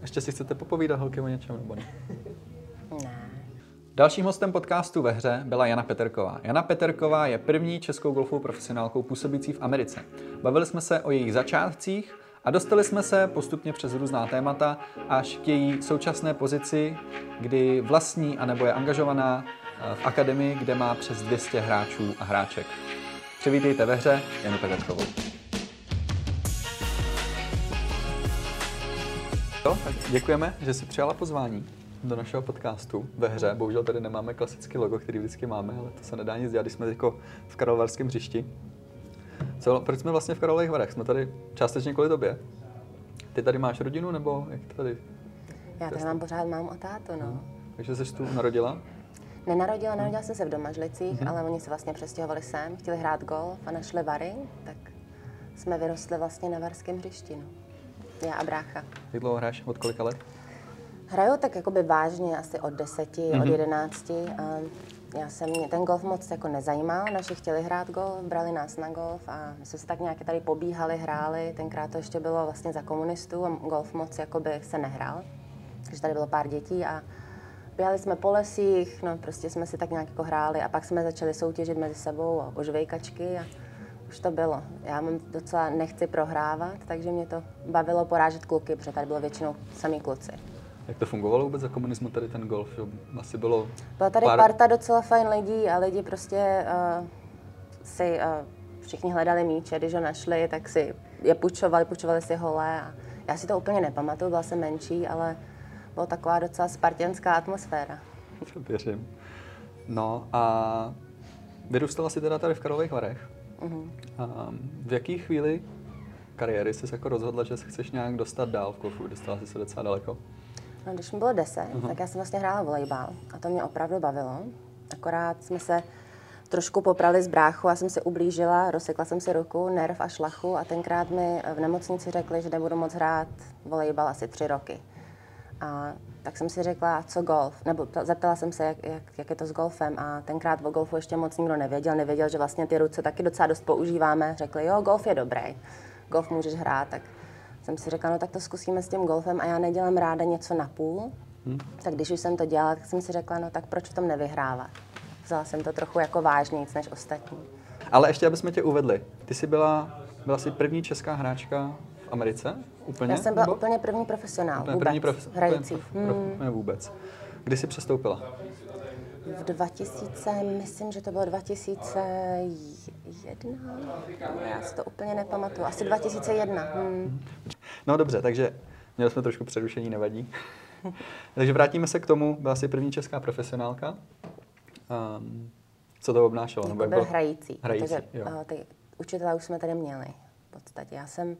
Ještě si chcete popovídat, holky, o něčem, nebo ne? Ne. Dalším hostem podcastu Ve hře byla Jana Peterková. Jana Peterková je první českou golfovou profesionálkou působící v Americe. Bavili jsme se o jejich začátcích a dostali jsme se postupně přes různá témata až k její současné pozici, kdy vlastní anebo je angažovaná v akademii, kde má přes 200 hráčů a hráček. Přivítejte ve hře Janu Peterkovou. Tak děkujeme, že jsi přijala pozvání do našeho podcastu Ve hře. Bohužel tady nemáme klasický logo, který vždycky máme, ale to se nedá nic dělat, když jsme jako v Karlovarském hřišti. Proč jsme vlastně v Karlových Varech? Jsme tady částečně kvůli tobě. Ty tady máš rodinu, nebo jak to tady? Já tady mám pořád mámu a tátu, no. Takže jsi tu narodila? Narodila jsem se v Domažlicích, ale oni se vlastně přestěhovali sem, chtěli hrát golf a našli Vary, tak jsme vyrostli vlastně na varském hřišti, no. Já a brácha. Jak dlouho hraješ? Od kolika let? Hraju tak jakoby vážně asi od 10, od 11. Mě ten golf moc jako nezajímal, naši chtěli hrát golf, brali nás na golf a my jsme se tak nějak tady pobíhali, hráli, tenkrát to ještě bylo vlastně za komunistů a golf moc jakoby se nehrál, takže tady bylo pár dětí a běhali jsme po lesích, no prostě jsme si tak nějak jako hráli a pak jsme začali soutěžit mezi sebou o žvejkačky a už to bylo. Já docela nechci prohrávat, takže mě to bavilo porážet kluky, protože tady bylo většinou samý kluci. Jak to fungovalo vůbec za komunismu tady ten golf? Asi bylo Byla tady parta docela fajn lidí a lidi prostě všichni hledali míče, když ho našli, tak si je půjčovali si hole. A já si to úplně nepamatuju, byla jsem menší, ale byla taková docela spartianská atmosféra. To věřím. No a vyrůstala jsi teda tady v Karlových Varech. A v jaký chvíli kariéry jsi se jako rozhodla, že se chceš nějak dostat dál v golfu? Dostala jsi se docela daleko. No, když mi bylo 10, tak já jsem vlastně hrála volejbal a to mě opravdu bavilo. Akorát jsme se trošku poprali s bráchou, já jsem si ublížila, rozsekla jsem si ruku, nerv a šlachu a tenkrát mi v nemocnici řekli, že nebudu moc hrát volejbal asi 3 roky. A tak jsem si řekla, co golf, nebo zeptala jsem se, jak je to s golfem a tenkrát o golfu ještě moc nikdo nevěděl, že vlastně ty ruce taky docela dost používáme. Řekli, jo, golf je dobrý, golf můžeš hrát, tak jsem si řekla, no tak to zkusíme s tím golfem a já nedělám ráda něco na půl, tak když už jsem to dělala, tak jsem si řekla, no tak proč v tom nevyhrávat. Vzala jsem to trochu jako vážnějc než ostatní. Ale ještě, abychom tě uvedli, ty jsi byla jsi první česká hráčka v Americe? Úplně? Já jsem byla úplně první profesionál, hrající. Vůbec. Kdy jsi přestoupila? V 2000, myslím, že to bylo 2001, já si to úplně nepamatuju, asi 2001. No dobře, takže měli jsme trošku přerušení, nevadí. Takže vrátíme se k tomu, byla jsi první česká profesionálka. Co to obnášelo? Jako byl hrající, protože ty učitelé už jsme tady měli v podstatě.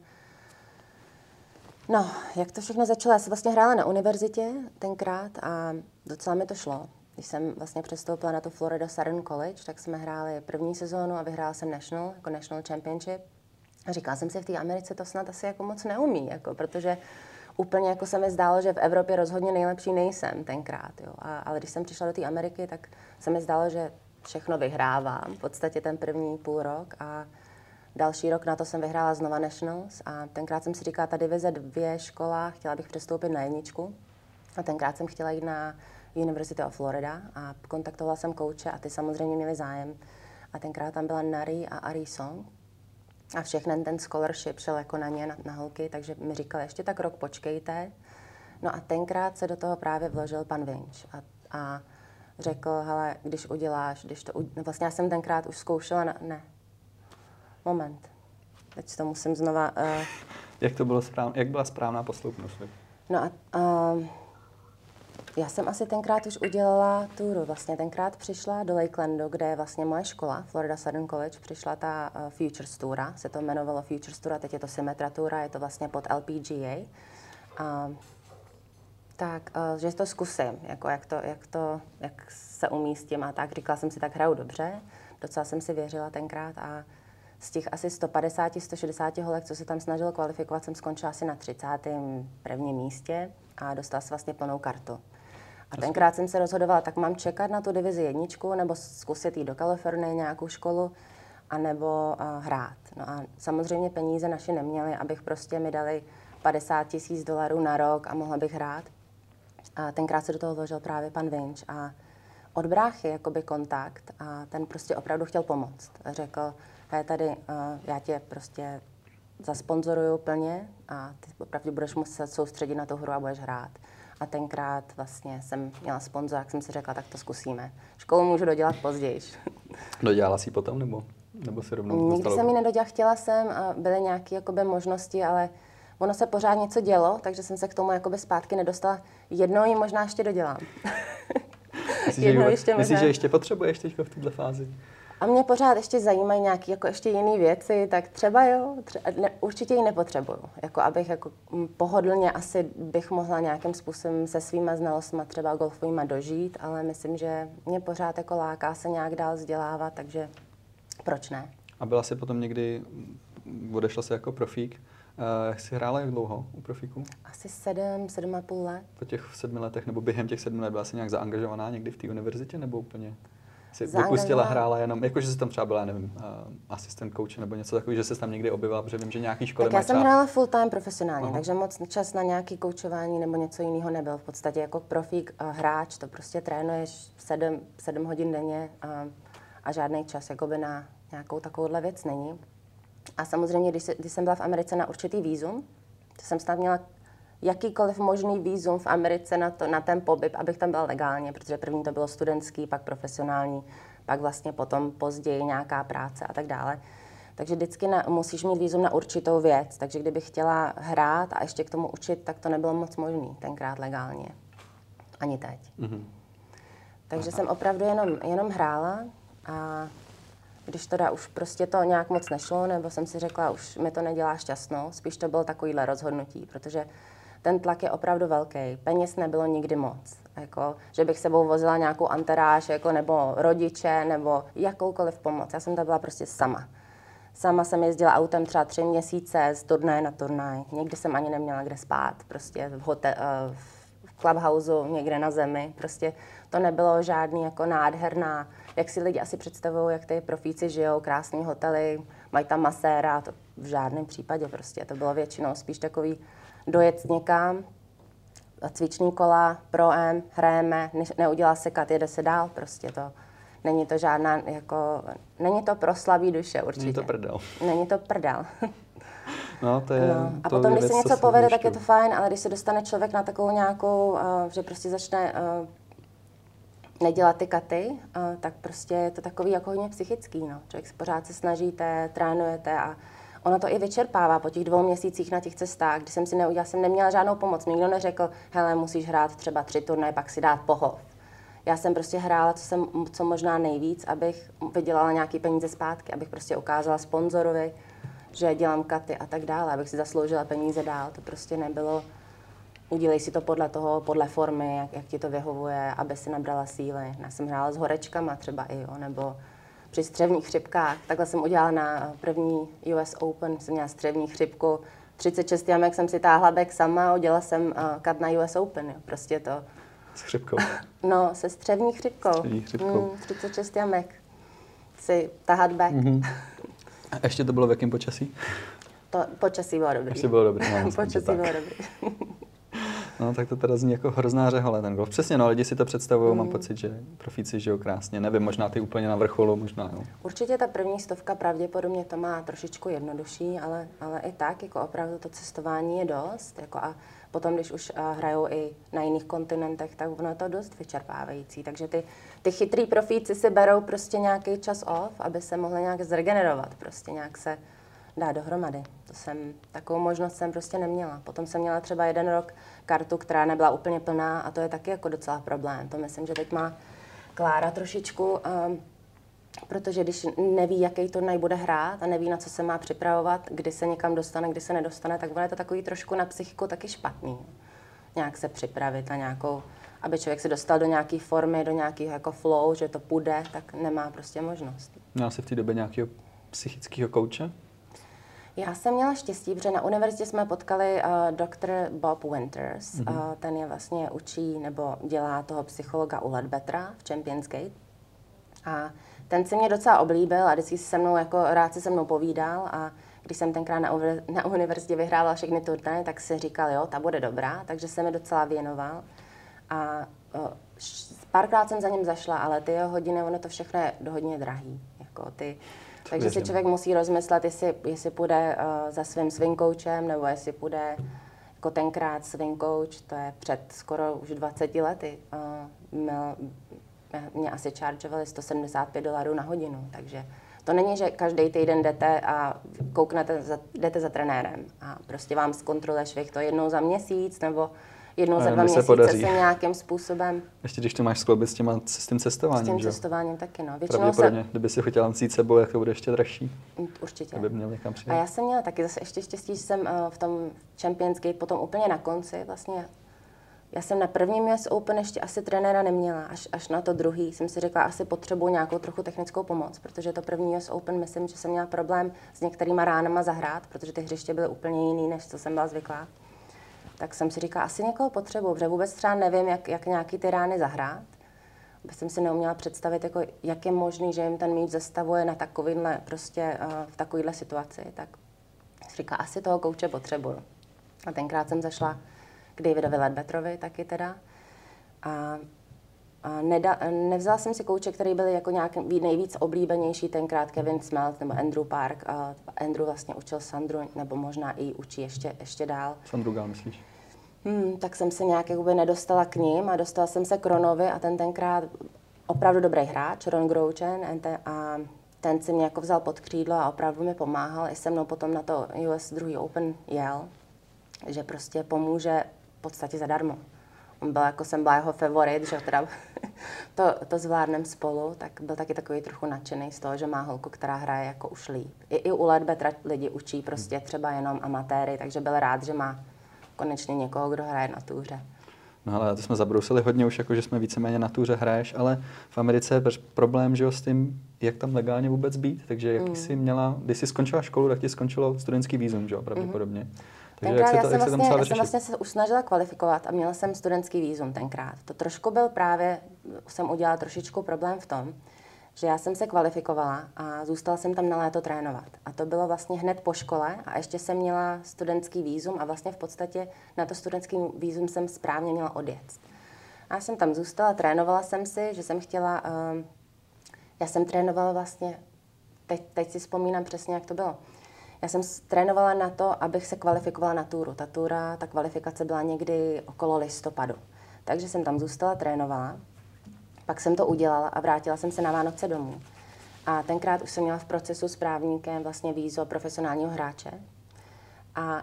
No, jak to všechno začalo? Já jsem vlastně hrála na univerzitě tenkrát a docela mi to šlo. Když jsem vlastně přestoupila na tu Florida Southern College, tak jsme hráli první sezónu a vyhrála jsem National Championship. A říkala jsem si, v té Americe to snad asi jako moc neumí, jako, protože úplně jako se mi zdálo, že v Evropě rozhodně nejlepší nejsem tenkrát. Jo. Ale když jsem přišla do té Ameriky, tak se mi zdálo, že všechno vyhrávám, v podstatě ten první půl rok. A další rok na to jsem vyhrála znova Nationals a tenkrát jsem si říkala, ta divize 2 škola, chtěla bych přestoupit na 1. A tenkrát jsem chtěla jít na University of Florida a kontaktovala jsem kouče a ty samozřejmě měli zájem. A tenkrát tam byla Nari a Ari Song a všechny ten scholarship šel jako na ně, na holky, takže mi říkali, ještě tak rok počkejte. No a tenkrát se do toho právě vložil pan Vinč a řekl, hele, vlastně já jsem tenkrát už zkoušela teď si to musím znova... Jak byla správná posloupnost? No a já jsem asi tenkrát už udělala túru. Vlastně tenkrát přišla do Lakelandu, kde je vlastně moje škola, Florida Southern College, přišla ta Futures Toura, se to jmenovalo Futures Toura, teď je to Symetra Toura, je to vlastně pod LPGA. Že to zkusím, jako jak se umístím a tak. Říkala jsem si, tak hraju dobře, docela jsem si věřila tenkrát a z těch asi 150-160 holek, co se tam snažilo kvalifikovat, jsem skončila asi na 31. místě a dostala jsem vlastně plnou kartu. A tenkrát jsem se rozhodovala, tak mám čekat na tu divizi 1, nebo zkusit jít do Kalifornie nějakou školu, anebo hrát. No a samozřejmě peníze naši neměli, abych prostě mi dali $50,000 na rok a mohla bych hrát. A tenkrát se do toho vložil právě pan Vinč a od bráchy jakoby kontakt a ten prostě opravdu chtěl pomoct. Řekl, hej, tady já tě prostě zasponzoruju plně a ty opravdu budeš muset soustředit na tu hru a budeš hrát. A tenkrát vlastně jsem měla sponzor, jak jsem si řekla, tak to zkusíme. Školu můžu dodělat později. Dodělala jsi potom, nebo si rovnou Nikdy jsem ji nedodělala, chtěla jsem a byly nějaké jakoby možnosti, ale ono se pořád něco dělo, takže jsem se k tomu jakoby zpátky nedostala. Jednou ji možná ještě dodělám. Myslíš, že ještě potřebuješ teď v této fázi? A mě pořád ještě zajímají nějaké jako ještě jiné věci, tak třeba jo, určitě ji nepotřebuju. Jako abych jako pohodlně asi bych mohla nějakým způsobem se svýma znalostma třeba golfovýma dožít, ale myslím, že mě pořád jako láká se nějak dál vzdělávat, takže proč ne? A byla jsi potom někdy, odešla jsi jako profík, jak jsi hrála jak dlouho u profíků? Asi 7,5 let. Po těch 7 letech, nebo během těch 7 let byla jsi nějak zaangažovaná někdy v té univerzitě, nebo úplně jsi vypustila, hrála jenom, jakože jsi tam třeba byla, nevím, asistent coach nebo něco takového, že jsi tam někdy objevila, protože vím, že nějaký školy tak já jsem hrála full time profesionálně, takže moc čas na nějaký koučování nebo něco jiného nebyl. V podstatě jako profík hráč, to prostě trénuješ 7 hodin denně a žádný čas jakoby na nějakou takovouhle věc není. A samozřejmě, když jsem byla v Americe na určitý vízum, to jsem snad měla jakýkoliv možný vízum v Americe na ten pobyt, abych tam byla legálně, protože první to bylo studentský, pak profesionální, pak vlastně potom později nějaká práce a tak dále. Takže vždycky musíš mít vízum na určitou věc, takže kdybych chtěla hrát a ještě k tomu učit, tak to nebylo moc možný tenkrát legálně. Ani teď. Mm-hmm. Takže jsem opravdu jenom hrála a když teda už prostě to nějak moc nešlo, nebo jsem si řekla, už mi to nedělá šťastnou, spíš to bylo takovýhle rozhodnutí, protože ten tlak je opravdu velký. Peněz nebylo nikdy moc. Jako, že bych sebou vozila nějakou antaráž, jako, nebo rodiče, nebo jakoukoliv pomoc. Já jsem tam byla prostě sama. Sama jsem jezdila autem třeba 3 měsíce z turnaje na turnaj. Někdy jsem ani neměla kde spát. Prostě v clubhouseu, někde na zemi. Prostě to nebylo žádný jako nádherná, jak si lidi asi představují, jak ty profíci žijou, krásný hotely, mají tam maséra, to v žádném případě prostě. To bylo většinou spíš takový dojet někam, cviční kola, pro-am, hrajeme, neudělá se cut, jede se dál, prostě to. Není to žádná, jako, není to pro slabý duše určitě. Není to prdel. Není to prdel. No, to je, no. A potom, když se něco povede, tak je to fajn, ale když se dostane člověk na takovou nějakou, že prostě začne nedělat ty katy, tak prostě je to takový jako hodně psychický, no. Člověk se pořád se snažíte, trénujete a ono to i vyčerpává po těch 2 měsících na těch cestách, když jsem si neudělala, jsem neměla žádnou pomoc. Nikdo neřekl, hele, musíš hrát třeba 3 turnaje, pak si dát pohov. Já jsem prostě hrála, co možná nejvíc, abych vydělala nějaký peníze zpátky, abych prostě ukázala sponzorovi, že dělám katy a tak dále, abych si zasloužila peníze dál. To prostě nebylo, udělej si to podle toho, podle formy, jak ti to vyhovuje, aby si nabrala síly. Já jsem hrála s horečkama třeba i, jo, nebo při střevních chřipkách. Takhle jsem udělala na první US Open, jsem měla střevní chřipku. 36 jamek jsem si táhla back sama, udělala jsem cut na US Open, jo. Prostě to. S chřipkou? No, se střevní chřipkou. 36 jamek. Si tahat back. Mm-hmm. A ještě to bylo v jakém počasí? To počasí bylo dobrý. Ještě bylo dobrý. No, počasí bylo dobrý. No, tak to teda zní jako hrozná řehole ten golf. Přesně, no, lidi si to představují, mám pocit, že profíci žijou krásně. Nevím, možná ty úplně na vrcholu, možná jo. Určitě ta první 100 pravděpodobně to má trošičku jednodušší, ale i tak, jako opravdu to cestování je dost. Jako a potom, když už hrajou i na jiných kontinentech, tak ono je to dost vyčerpávající. Takže ty chytrý profíci si berou prostě nějaký čas off, aby se mohli nějak zregenerovat, prostě nějak se dát dohromady. Takovou možnost jsem prostě neměla. Potom jsem měla třeba 1 rok kartu, která nebyla úplně plná a to je taky jako docela problém. To myslím, že teď má Klára trošičku, protože když neví, jaký turnaj bude hrát a neví, na co se má připravovat, kdy se někam dostane, kdy se nedostane, tak ono je to takový trošku na psychiku taky špatný. Nějak se připravit na nějakou, aby člověk se dostal do nějaké formy, do nějakého jako flow, že to půjde, tak nemá prostě možnost. Měla jsi v té době nějakého psychického kouče? Já jsem měla štěstí, protože na univerzitě jsme potkali doktor Bob Winters. Mm-hmm. Ten je vlastně učí nebo dělá toho psychologa u Ledbettera v Champions Gate. A ten si mě docela oblíbil a vždycky se mnou, jako rád si se mnou povídal a když jsem tenkrát na univerzitě vyhrávala všechny turnaje, tak si říkal, jo, ta bude dobrá, takže se mi docela věnoval. A párkrát jsem za ním zašla, ale ty jeho hodiny, ono to všechno je hodně drahý. Jako takže si člověk musí rozmyslet, jestli půjde za svým swing coachem, nebo jestli půjde jako tenkrát swing coach, to je před skoro už 20 lety. Mě asi chargeovali $175 na hodinu, takže to není, že každý týden jdete a jdete za trenérem a prostě vám zkontroluje švih to jednou za měsíc nebo jednou za 2 měsíce se nějakým způsobem. Ještě když to máš skloubit s tím cestováním, s tím cestováním taky, no. Pravděpodobně, kdyby si chtěla vzít sebou, jak to bude ještě dražší. Určitě. Aby měl někam přijet. A já jsem měla taky zase ještě štěstí, že jsem v tom Champions Gate potom úplně na konci vlastně. Já jsem na prvním US Open ještě asi trenéra neměla, až na to druhý jsem si řekla, asi potřebuji nějakou trochu technickou pomoc, protože to první US Open, myslím, že jsem měla problém s některýma ránama zahrát, protože ty hřiště byly úplně jiný, než co jsem byla zvyklá. Tak jsem si říkala, asi někoho potřebuji, protože vůbec třeba nevím, jak nějaký ty rány zahrát. Vůbec jsem si neuměla představit, jako, jak je možný, že jim ten míč zastavuje na takovýhle, prostě, v takovýhle situaci. Tak si říkala, asi toho kouče potřebuju. A tenkrát jsem zašla k Davidovi Ledbetterovi taky teda. A nevzala jsem si kouče, který byl jako nejvíc oblíbenější tenkrát, Kevin Smelt nebo Andrew Park. Andrew vlastně učil Sandru, nebo možná i učí ještě dál. Sandru Gál, myslíš? Tak jsem se nějak jakoby nedostala k ním a dostala jsem se k Ronovi a ten tenkrát opravdu dobrý hráč, Ron Grouchen, a ten si mě jako vzal pod křídlo a opravdu mi pomáhal. I se mnou potom na to US 2. Open jel, že prostě pomůže v podstatě zadarmo. On byl jako jsem byla jeho favorit, že teda to zvládneme spolu, tak byl taky takový trochu nadšený z toho, že má holku, která hraje jako už líp. I u Ledbettera lidi učí prostě třeba jenom amatéry, takže byl rád, že má konečně někoho, kdo hraje na túře. No ale to jsme zabrousili hodně už, jako že jsme víceméně na túře hraješ, ale v Americe je problém, že jo, s tím, jak tam legálně vůbec být, takže jak jsi měla, když jsi skončila školu, tak ti skončilo studentský vízum, že jo, pravděpodobně. Takže tenkrát já jsem vlastně se už snažila kvalifikovat a měla jsem studentský vízum tenkrát. To trošku byl právě, jsem udělala trošičku problém v tom, že já jsem se kvalifikovala a zůstala jsem tam na léto trénovat. A to bylo vlastně hned po škole a ještě jsem měla studentský vízum a vlastně v podstatě na to studentský vízum jsem správně měla odjet. A já jsem tam zůstala, trénovala jsem si, že jsem chtěla, já jsem trénovala vlastně, teď si vzpomínám přesně, jak to bylo. Já jsem trénovala na to, abych se kvalifikovala na túru. Ta kvalifikace byla někdy okolo listopadu. Takže jsem tam zůstala, trénovala. Pak jsem to udělala a vrátila jsem se na Vánoce domů. A tenkrát už jsem měla v procesu s právníkem vlastně vízo profesionálního hráče. A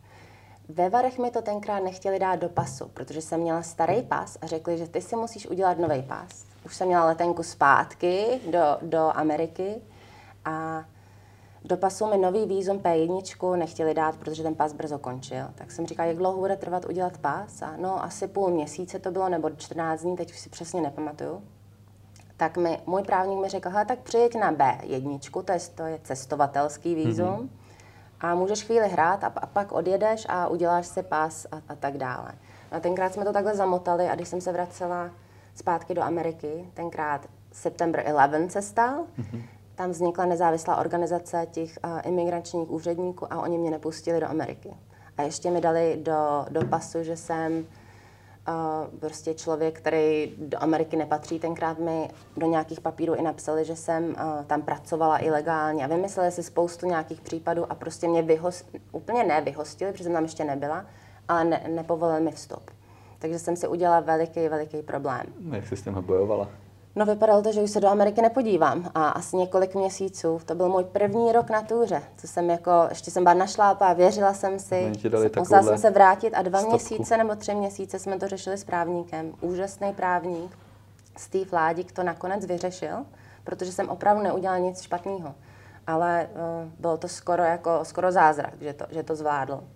ve Varech mi to tenkrát nechtěli dát do pasu, protože jsem měla starý pas a řekli, že ty si musíš udělat nový pas. Už jsem měla letenku zpátky do Ameriky a do pasu mi nový vízum P1 nechtěli dát, protože ten pas brzo končil. Tak jsem říkala, jak dlouho bude trvat udělat pas? A no, asi půl měsíce to bylo, nebo 14 dní, teď už si přesně nepamatuju. Tak můj právník mi řekl, tak přijeď na B1, to je cestovatelský vízum, a můžeš chvíli hrát a pak odjedeš a uděláš si pas a tak dále. No, tenkrát jsme to takhle zamotali a když jsem se vracela zpátky do Ameriky, tenkrát September 11 se stal, tam vznikla nezávislá organizace těch imigračních úředníků a oni mě nepustili do Ameriky. A ještě mi dali do pasu, že jsem prostě člověk, který do Ameriky nepatří. Tenkrát mi do nějakých papírů i napsali, že jsem tam pracovala ilegálně a vymysleli si spoustu nějakých případů a prostě mě úplně nevyhostili, protože jsem tam ještě nebyla, ale nepovolili mi vstup. Takže jsem si udělala veliký problém. Jak jsi s tím bojovala? No vypadalo to, že už se do Ameriky nepodívám a asi několik měsíců. To byl můj první rok na túře, co jsem ještě jsem byla našlápá, věřila jsem si, musela jsem se vrátit a 2 měsíce nebo 3 měsíce jsme to řešili s právníkem. Úžasný právník, Steve Ládík to nakonec vyřešil, protože jsem opravdu neudělala nic špatného. Ale bylo to skoro zázrak, že to zvládl.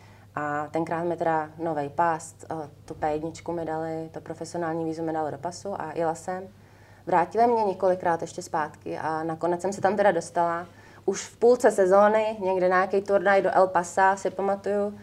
A tenkrát mi teda novej pas, tu P1 mi dali, to profesionální vízum mi dalo do pasu a jela jsem. Vrátili mě několikrát ještě zpátky a nakonec jsem se tam teda dostala. Už v půlce sezóny, někde na nějaký turnaj do El Pasa, si pamatuju.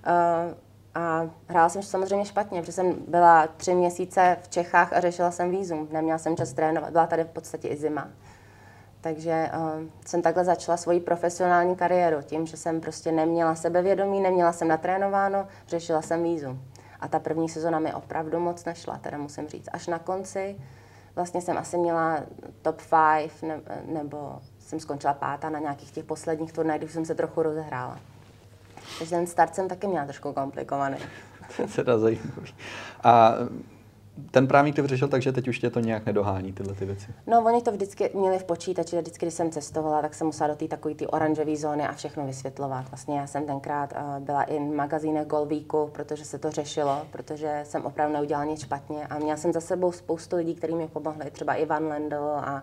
A hrála jsem samozřejmě špatně, protože jsem byla 3 měsíce v Čechách a řešila jsem vízum. Neměla jsem čas trénovat, byla tady v podstatě i zima. Takže jsem takhle začala svoji profesionální kariéru tím, že jsem prostě neměla sebevědomí, neměla jsem natrénováno, řešila jsem vízum. A ta první sezona mi opravdu moc nešla, teda musím říct. Až na konci vlastně jsem asi měla top 5, nebo jsem skončila 5. na nějakých těch posledních turnajích, když jsem se trochu rozehrála. Takže ten start jsem taky měla trošku komplikovaný. To je teda zajímavý. A ten právník to vyřešil tak, že teď už tě to nějak nedohání, tyhle ty věci? No, oni to vždycky měli v počítači, vždycky, když jsem cestovala, tak jsem musela do té takové oranžové zóny a všechno vysvětlovat. Vlastně já jsem tenkrát byla i v magazínech Golvíku, protože se to řešilo, protože jsem opravdu neudělala nic špatně a měla jsem za sebou spoustu lidí, kteří mi pomohli, třeba Ivan Lendl a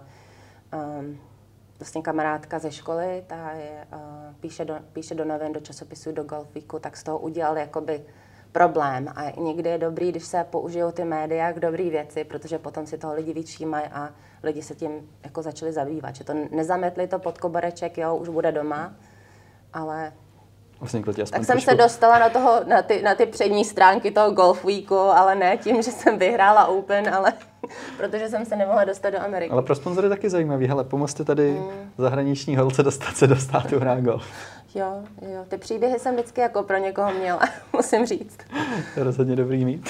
vlastně kamarádka ze školy, ta je, píše do novin, do časopisu, do Golfíku, tak z toho udělali jakoby problém. A někdy je dobrý, když se použijou ty média k dobrý věci, protože potom si toho lidi víc všímají a lidi se tím jako začali zabývat. Že to nezametli to pod kobereček, jo, už bude doma, ale tak jsem se dostala na ty přední stránky toho Golf Weeku, ale ne tím, že jsem vyhrála Open, ale protože jsem se nemohla dostat do Ameriky. Ale pro sponzory taky zajímavý. Hele, pomozte tady zahraniční holce dostat se do státu hrát golf. Jo, ty příběhy jsem vždycky jako pro někoho měla, musím říct. To je rozhodně dobrý mít.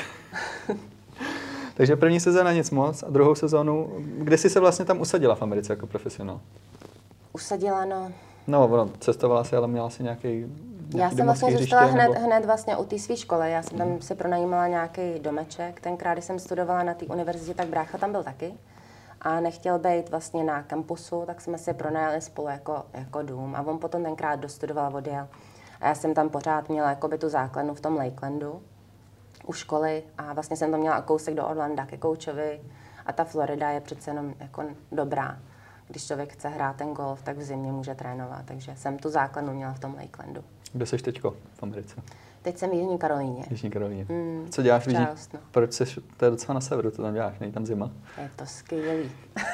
Takže první sezóna nic moc a druhou sezónu, kde jsi se vlastně tam usadila v Americe jako profesionál? Usadila, no. No, cestovala si, ale měla si nějaký Já jsem vlastně zůstala hned vlastně u té své školy. Já jsem tam se pronajímala nějaký domeček. Tenkrát, když jsem studovala na té univerzitě, tak brácha tam byl taky. A nechtěl být vlastně na kampusu, tak jsme si pronajali spolu jako dům. A on potom tenkrát dostudoval, odjel. A já jsem tam pořád měla jakoby tu základnu v tom Lakelandu u školy. A vlastně jsem tam měla kousek do Orlanda ke koučovi. A ta Florida je přece jenom jako dobrá. Když člověk chce hrát ten golf, tak v zimě může trénovat. Takže jsem tu základnu měla v tom Lakelandu. Kde jsi teďko v Americe? Teď jsem v Jižní Karolíně. Jižní Karolíně. Co děláš v Jižní? Proč jsi, to je docela na severu, co tam děláš, není tam zima? Je to skvělý.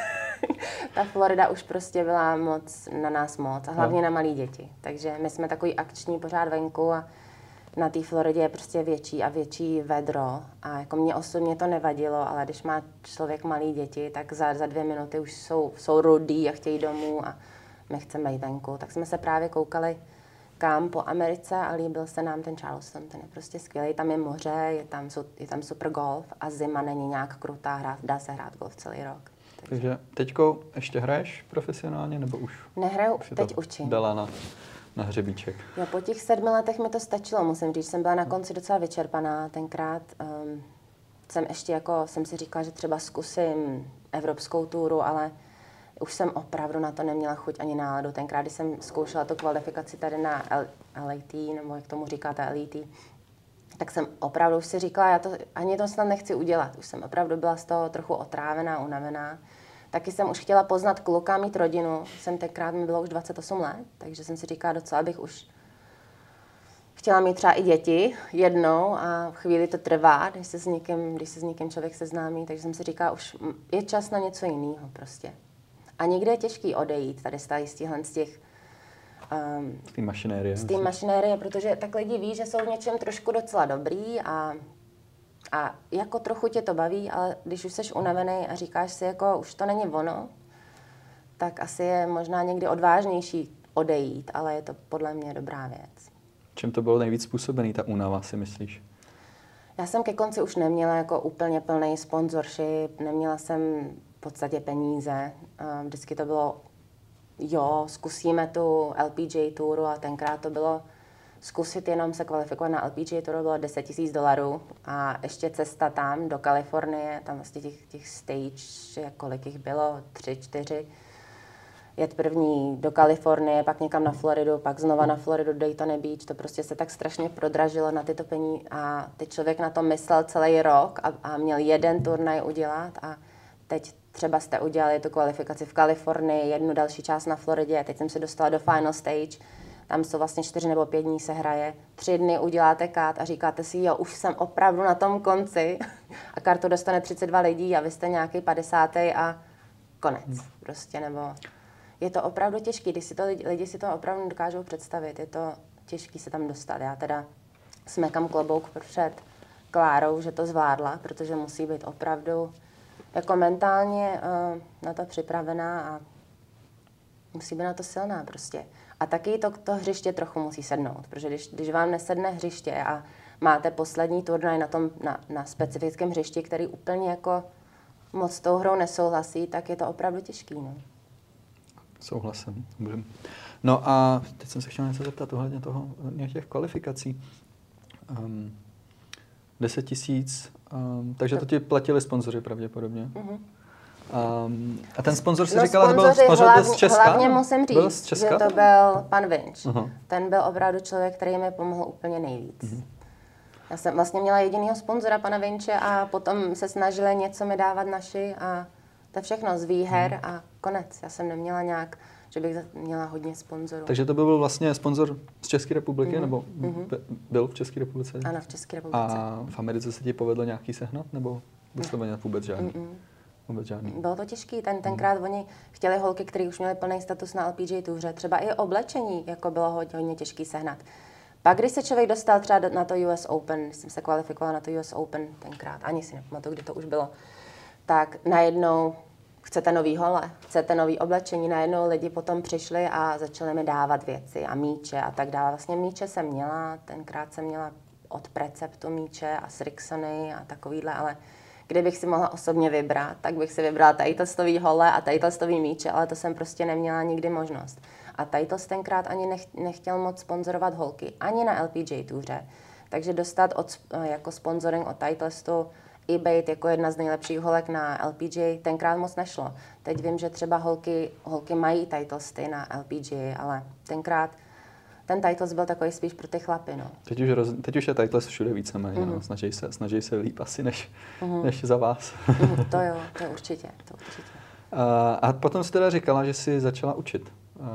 Ta Florida už prostě byla na nás moc a hlavně na malé děti. Takže my jsme takový akční pořád venku a na té Floridě je prostě větší a větší vedro. A jako mě osobně to nevadilo, ale když má člověk malé děti, tak za 2 minuty už jsou rudý a chtějí domů a my chceme jít venku. Tak jsme se právě koukali kam po Americe a líbil se nám ten Charleston. Ten je prostě skvělý, tam je moře, je tam super golf a zima není nějak krutá, dá se hrát golf celý rok. Takže teďko ještě hraješ profesionálně nebo už? Nehraju, teď učím. Dala na hřebíček. Jo, po těch 7 letech mi to stačilo, musím říct, jsem byla na konci docela vyčerpaná. Tenkrát jsem si říkala, že třeba zkusím evropskou túru, ale už jsem opravdu na to neměla chuť ani náladu. Tenkrát, když jsem zkoušela tu kvalifikaci tady na LAT, nebo jak tomu říkáte LET, tak jsem opravdu už si říkala, ani to snad nechci udělat. Už jsem opravdu byla z toho trochu otrávená, unavená. Taky jsem už chtěla poznat kluka, mít rodinu. Tenkrát mi bylo už 28 let, takže jsem si říkala docela bych už chtěla mít třeba i děti jednou a chvíli to trvá, když se s někým člověk seznámí, takže jsem si říkala, už je čas na něco jiného prostě. A někde je těžký odejít tady z těch z té mašinérie, protože tak lidi ví, že jsou v něčem trošku docela dobrý a jako trochu tě to baví, ale když už jsi unavený a říkáš si, jako už to není ono, tak asi je možná někdy odvážnější odejít, ale je to podle mě dobrá věc. Čím to bylo nejvíc způsobený, ta únava, si myslíš? Já jsem ke konci už neměla jako úplně plný sponsorship, neměla jsem v podstatě peníze. Vždycky to bylo, zkusíme tu LPGA Touru a tenkrát to bylo zkusit jenom se kvalifikovat na LPGA Touru, bylo $10,000 a ještě cesta tam do Kalifornie, tam vlastně těch stage, kolik jich bylo, 3, 4. Jet první do Kalifornie, pak někam na Floridu, pak znova na Floridu, Daytona Beach, to prostě se tak strašně prodražilo na tyto peníze a teď člověk na to myslel celý rok a měl jeden turnaj udělat a teď třeba jste udělali tu kvalifikaci v Kalifornii, jednu další část na Floridě, teď jsem se dostala do final stage, tam jsou vlastně 4 nebo 5 dní se hraje, 3 dny uděláte cut a říkáte si, už jsem opravdu na tom konci a kartu dostane 32 lidí a vy jste nějaký 50. a konec prostě, nebo je to opravdu těžké, když lidi si to opravdu dokážou představit, je to těžké se tam dostat. Já teda smekám klobouk před Klárou, že to zvládla, protože musí být opravdu jako mentálně na to připravená a Musí být na to silná prostě. A taky to hřiště trochu musí sednout, protože když vám nesedne hřiště a máte poslední turnaj na specifickém hřišti, který úplně jako moc s tou hrou nesouhlasí, tak je to opravdu těžký. No. Souhlasím. No a teď jsem se chtěl něco zeptat ohledně těch kvalifikací. 10 000, takže to ti platili sponzoři pravděpodobně. A ten sponzor si říkala, že byl sponzor z Česka? Hlavně musím říct, že to byl pan Vinč. Ten byl opravdu člověk, který mi pomohl úplně nejvíc. Já jsem vlastně měla jedinýho sponzora, pana Vinče, a potom se snažili něco mi dávat naši a to je všechno z výher a konec. Já jsem neměla nějak, že bych měla hodně sponzorů. Takže to byl vlastně sponzor z České republiky, nebo byl v České republice? Ano, v České republice. A v Americe se ti povedlo nějaký sehnat, nebo vysloveně vůbec žádný? Vůbec žádný. Bylo to těžký, tenkrát oni chtěli holky, které už měly plný status na LPGA touře. Třeba i oblečení jako bylo hodně těžký sehnat. Pak, když se člověk dostal třeba na to US Open, když jsem se kvalifikovala na to US Open tenkrát, ani si nepamatuju, kdy to už bylo, tak najednou chcete nový hole, chcete nový oblečení, najednou lidi potom přišli a začali mi dávat věci a míče a tak dále. Vlastně míče jsem měla, tenkrát jsem měla od Preceptu míče a Srixony a takovýhle, ale kdybych si mohla osobně vybrat, tak bych si vybrala Titleistový hole a Titleistový míče, ale to jsem prostě neměla nikdy možnost. A Titleist tenkrát ani nechtěl moc sponzorovat holky, ani na LPGA touře. Takže dostat jako sponsoring od Titleistu i být jako jedna z nejlepších holek na LPGA tenkrát moc nešlo. Teď vím, že třeba holky mají Titleisty na LPGA, ale tenkrát ten Titleist byl takový spíš pro ty chlapy, no. Teď už je Titleist všude víceméně, no. Snaží se líp asi než za vás. To jo, to určitě. A potom jsi teda říkala, že jsi začala učit.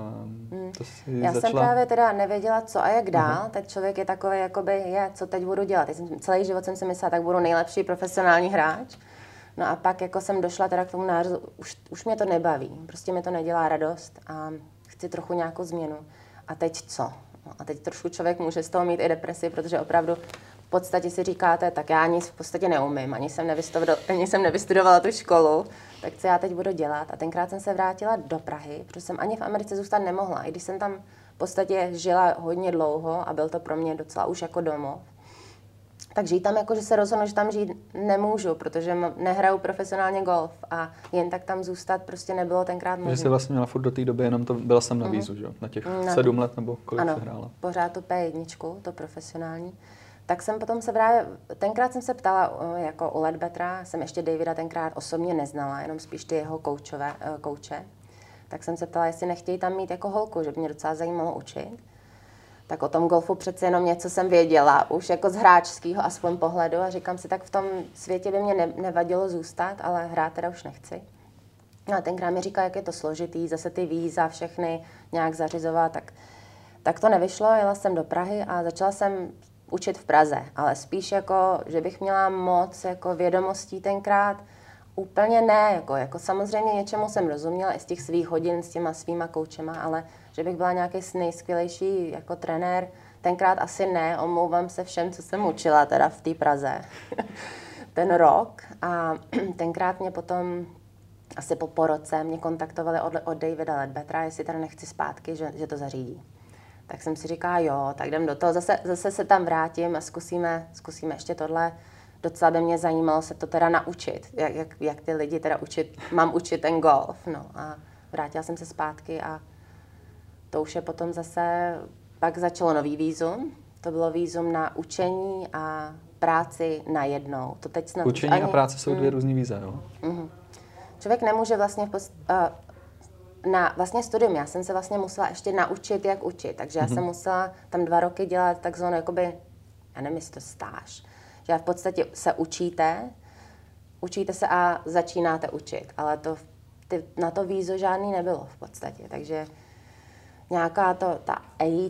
Jsem právě teda nevěděla, co a jak dál. Teď člověk je takový, jakoby, co teď budu dělat. Celý život jsem si myslela, tak budu nejlepší profesionální hráč. No a pak jako jsem došla teda k tomu názoru, už mě to nebaví. Prostě mi to nedělá radost a chci trochu nějakou změnu. A teď co? No a teď trošku člověk může z toho mít i depresi, protože opravdu v podstatě si říkáte, tak já nic v podstatě neumím, ani jsem nevystudovala tu školu, tak co já teď budu dělat? A tenkrát jsem se vrátila do Prahy, protože jsem ani v Americe zůstat nemohla, i když jsem tam v podstatě žila hodně dlouho a byl to pro mě docela už jako domov. Tak žít tam jako, že se rozhodnu, že tam žít nemůžu, protože nehraju profesionálně golf a jen tak tam zůstat prostě nebylo tenkrát možné. Že jsi vlastně měla furt do té doby, jenom to byla jsem na vízu, že jo? Na těch 7 let nebo kolik jsi hrála? Pořád to P1, to profesionální. Tak jsem potom tenkrát jsem se ptala jako u Ledbetra, jsem ještě Davida tenkrát osobně neznala, jenom spíš ty jeho kouče. Tak jsem se ptala, jestli nechtějí tam mít jako holku, že by mě docela zajímalo učit. Tak o tom golfu přece jenom něco jsem věděla, už jako z hráčského aspoň pohledu a říkám si, tak v tom světě by mě nevadilo zůstat, ale hrát teda už nechci. No a tenkrát mi říkal, jak je to složitý, zase ty víza všechny nějak zařizovat, tak to nevyšlo, jela jsem do Prahy a začala jsem učit v Praze, ale spíš jako, že bych měla moc jako vědomostí tenkrát, úplně ne, jako samozřejmě něčemu jsem rozuměla i z těch svých hodin s těma svýma koučema, ale že bych byla nějaký nejskvělejší jako trenér, tenkrát asi ne, omlouvám se všem, co jsem učila teda v té Praze ten rok a tenkrát mě potom asi po roce mě kontaktovali od Davida Ledbetra, jestli teda nechci zpátky, že to zařídí. Tak jsem si říkala, jo, tak jdem do toho, zase se tam vrátím a zkusíme ještě tohle. Docela by mě zajímalo se to teda naučit, jak ty lidi teda mám učit ten golf. No a vrátila jsem se zpátky a to už je potom zase, pak začalo nový vízum. To bylo vízum na učení a práci najednou. To teď snad učení a práce jsou dvě různý víza, jo? Člověk nemůže vlastně na vlastně studium, já jsem se vlastně musela ještě naučit, jak učit, takže já jsem musela tam 2 roky dělat takzvanou, jakoby, já nevím, jestli to stáž, že v podstatě se učíte se a začínáte učit, ale na to vízo žádný nebylo v podstatě, takže nějaká ta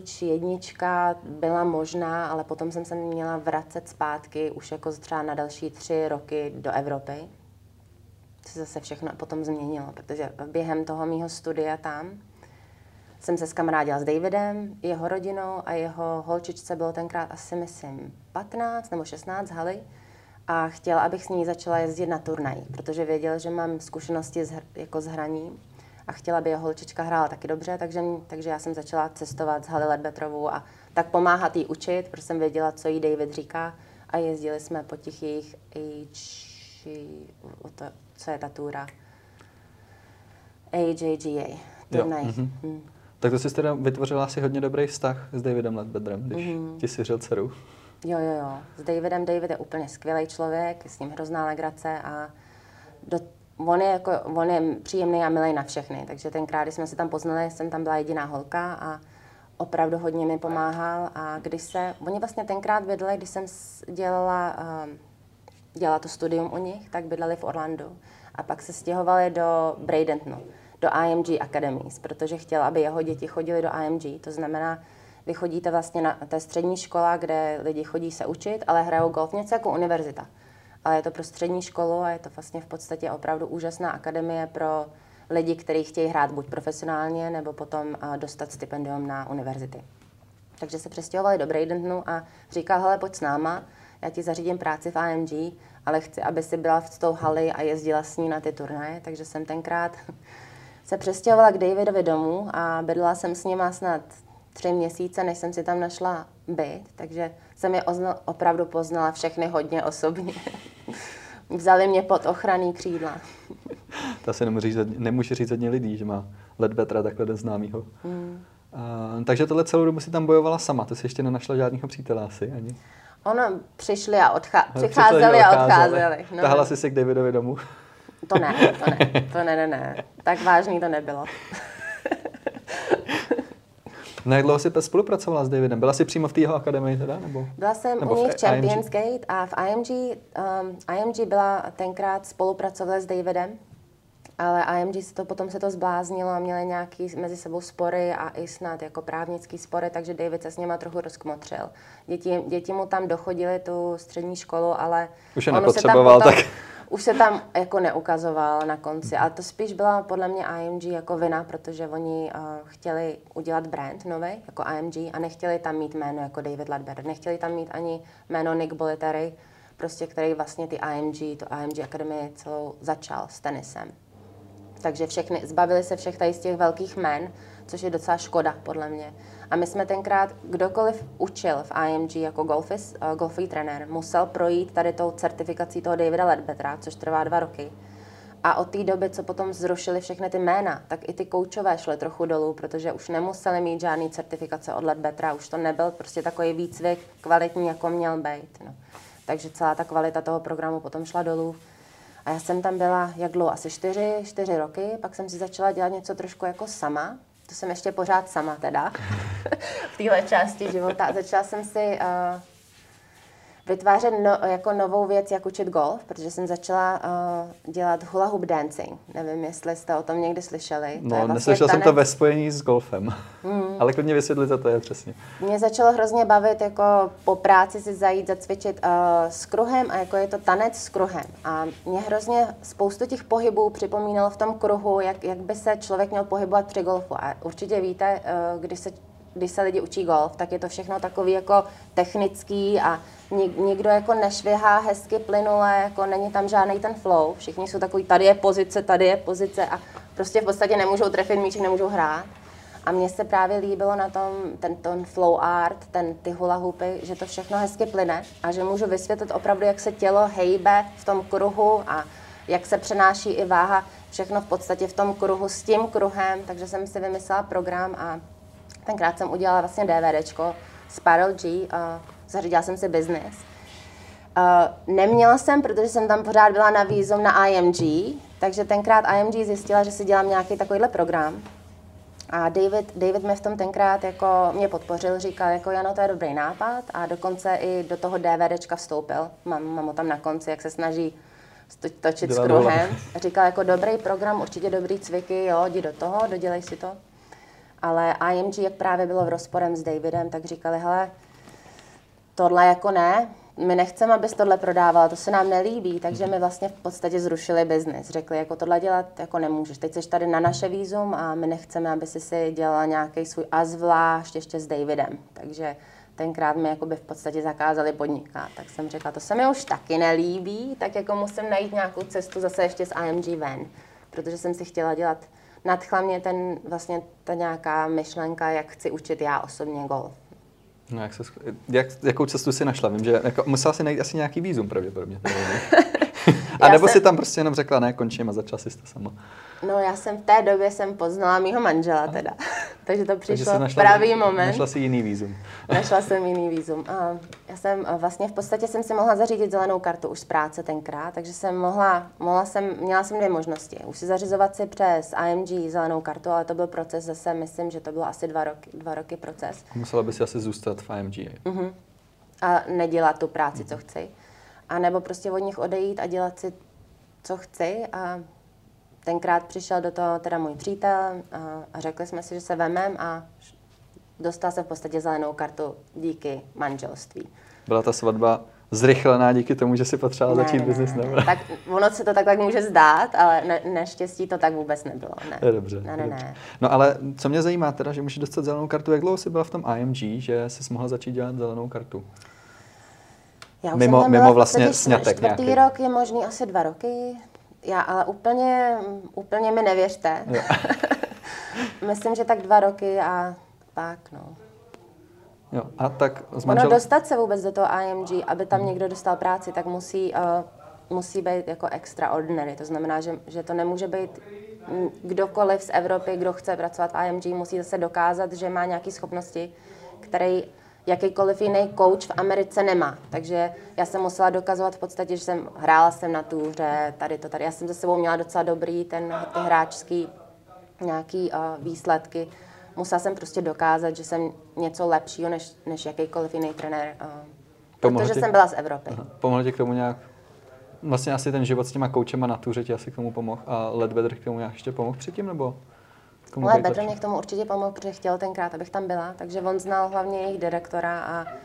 H1 byla možná, ale potom jsem se měla vracet zpátky už jako třeba na další 3 roky do Evropy. Se zase všechno potom změnilo, protože během toho mýho studia tam jsem se skamarádila s Davidem, jeho rodinou a jeho holčičce bylo tenkrát asi, myslím, 15 nebo 16 haly a chtěla, abych s ní začala jezdit na turnaj, protože věděl, že mám zkušenosti s hraním a chtěla, aby jeho holčička hrála taky dobře, takže já jsem začala cestovat s Holly Ledbetterovou a tak pomáhat jí učit, protože jsem věděla, co jí David říká a jezdili jsme po těch jejich co je ta túra? AJGA. Tak to jsi teda vytvořila asi hodně dobrý vztah s Davidem Ledbetterem, když ti svěřil dceru. Jo. S David je úplně skvělý člověk, je s ním hrozná legrace a on je příjemný a milý na všechny. Takže tenkrát, když jsme se tam poznali, jsem tam byla jediná holka a opravdu hodně mi pomáhal. A oni vlastně tenkrát bydleli, když jsem dělala to studium u nich, tak bydleli v Orlandu. A pak se stěhovali do Braidentonu, do IMG Academies, protože chtěl, aby jeho děti chodili do IMG. To znamená, vy chodíte vlastně na té střední škola, kde lidi chodí se učit, ale hrajou golf, něco jako univerzita. Ale je to pro střední školu a je to vlastně v podstatě opravdu úžasná akademie pro lidi, kteří chtějí hrát buď profesionálně, nebo potom dostat stipendium na univerzity. Takže se přestěhovali do Braidentonu a říkal, hele, pojď s náma, já ti zařídím práci v IMG, ale chci, aby si byla v tou Holly a jezdila s ní na ty turnaje, takže jsem tenkrát se přestěhovala k Davidovi domů a bydlela jsem s nima snad 3 měsíce, než jsem si tam našla byt, takže jsem je opravdu poznala všechny hodně osobně. Vzali mě pod ochranný křídla. To asi nemůže říct hodně lidí, že má Ledbettera takhle neznámýho. Takže tohle celou dobu si tam bojovala sama, to si ještě nenašla žádného přítele asi ani? Ono přišli a přicházeli a odcházeli. No. Tahala jsi se k Davidovi domů? To ne. Tak vážný to nebylo. No jak dlouho jsi spolupracovala s Davidem? Byla jsi přímo v té jeho akademii teda? Byla jsem u nich v Champions Gate a v IMG byla tenkrát spolupracovali s Davidem, ale IMG potom se to zbláznilo a měli nějaký mezi sebou spory a i snad jako právnický spory, takže David se s nima trochu rozkmotřil. Děti mu tam dochodily tu střední školu, ale už je nepotřeboval, tak už se tam jako neukazoval na konci. A to spíš byla podle mě IMG jako vina, protože oni chtěli udělat brand nový jako IMG a nechtěli tam mít jméno jako David Ledbetter. Nechtěli tam mít ani jméno Nick Bollettieri, prostě který vlastně tu IMG Academy celou začal s tenisem. Takže zbavili se všech tady z těch velkých jmen, což je docela škoda, podle mě. A my jsme tenkrát, kdokoliv učil v IMG jako golfový trenér, musel projít tady tou certifikací toho Davida Ledbettera, což trvá 2 roky. A od té doby, co potom zrušili všechny ty jména, tak i ty koučové šly trochu dolů, protože už nemuseli mít žádný certifikace od Ledbettera, už to nebyl prostě takový výcvik kvalitní, jako měl být. No. Takže celá ta kvalita toho programu potom šla dolů. A já jsem tam byla, jak dlouho, asi 4 roky, pak jsem si začala dělat něco trošku jako sama. To jsem ještě pořád sama teda, v téhle části života. Začala jsem si vytvářet jako novou věc, jak učit golf, protože jsem začala dělat hula hoop dancing. Nevím, jestli jste o tom někdy slyšeli. No, vlastně neslyšela jsem to ve spojení s golfem, ale klidně vysvětlit, co to je přesně. Mě začalo hrozně bavit jako po práci si zajít zacvičit s kruhem a jako je to tanec s kruhem. A mě hrozně spoustu těch pohybů připomínalo v tom kruhu, jak by se člověk měl pohybovat při golfu. A určitě víte, když se lidi učí golf, tak je to všechno takový jako technický a nikdo jako nešvihá hezky plynule, jako není tam žádný ten flow. Všichni jsou takový, tady je pozice a prostě v podstatě nemůžou trefit míček, nemůžou hrát. A mně se právě líbilo na tom ten flow art, ty hula hoopy, že to všechno hezky plyne a že můžu vysvětlit opravdu, jak se tělo hejbe v tom kruhu a jak se přenáší i váha, všechno v podstatě v tom kruhu s tím kruhem, takže jsem si vymyslela program a tenkrát jsem udělala vlastně DVDčko Spiral G, zařídila jsem si business. Neměla jsem, protože jsem tam pořád byla na vízum na IMG, takže tenkrát IMG zjistila, že si dělám nějaký takovýhle program. A David mě v tom tenkrát jako mě podpořil, říkal, jako Jano, to je dobrý nápad a dokonce i do toho DVDčka vstoupil. Mám ho tam na konci, jak se snaží točit s kruhem. Říkal, jako dobrý program, určitě dobrý cviky, jo, jdi do toho, dodělej si to. Ale IMG, jak právě bylo v rozporem s Davidem, tak říkali, hele, tohle jako ne, my nechceme, abys tohle prodával, to se nám nelíbí, takže my vlastně v podstatě zrušili biznis. Řekli, jako tohle dělat jako nemůžeš, teď jsi tady na naše vízum a my nechceme, aby si dělala nějaký svůj a zvlášť ještě s Davidem. Takže tenkrát mi jakoby v podstatě zakázali podnikat. Tak jsem řekla, to se mi už taky nelíbí, tak jako musím najít nějakou cestu zase ještě z IMG ven, protože jsem si chtěla dělat nadchla mě vlastně ta nějaká myšlenka, jak chci učit já osobně golf. No, jakou cestu si našla? Vím, že musela si najít asi nějaký vízum pravděpodobně. A nebo si tam prostě jenom řekla, ne, končím a začala si to sama. No já jsem v té době poznala mýho manžela teda. Takže to přišlo v pravý moment. Našla si jiný vízum. Našla jsem jiný vízum. A já jsem vlastně v podstatě jsem si mohla zařídit zelenou kartu už z práce tenkrát, takže měla jsem dvě možnosti. Už si zařizovat si přes IMG zelenou kartu, ale to byl proces zase, myslím, že to bylo asi 2 roky proces. Musela by si asi zůstat v IMG. A nedělat tu práci, co chci. A nebo prostě od nich odejít a dělat si, co chci. A tenkrát přišel do toho teda můj přítel a řekli jsme si, že se vemem a dostal jsem v podstatě zelenou kartu díky manželství. Byla ta svatba zrychlená díky tomu, že si potřebovala začít biznis? Ne. Tak ono se to tak může zdát, ale naštěstí to tak vůbec nebylo. Ne. Dobře. Ne. No ale co mě zajímá teda, že můžeš dostat zelenou kartu, jak dlouho jsi byla v tom IMG, že jsi mohla začít dělat zelenou kartu? Já mimo vlastně sňatek čtvrtý nějaký. rok je možný asi 2 roky. Ale úplně mi nevěřte. Myslím, že tak 2 roky a pak, no. Jo, a tak dostat se vůbec do toho IMG, aby tam někdo dostal práci, tak musí být jako extraordinary. To znamená, že to nemůže být kdokoliv z Evropy, kdo chce pracovat v IMG, musí zase dokázat, že má nějaké schopnosti, které jakýkoliv jiný coach v Americe nemá. Takže já jsem musela dokazovat v podstatě, že hrála jsem na tu hře, tady. Já jsem za sebou měla docela dobrý ty hráčský nějaký výsledky. Musela jsem prostě dokázat, že jsem něco lepšího než jakýkoliv jiný trenér, protože jsem byla z Evropy. Pomohlo ti k tomu nějak, vlastně asi ten život s těma koučema na tuře ti asi k tomu pomohl a Ledbetter k tomu nějak ještě pomohl předtím, nebo? Ledbetter mě k tomu určitě pomohl, protože chtěl tenkrát, abych tam byla, takže on znal hlavně jejich direktora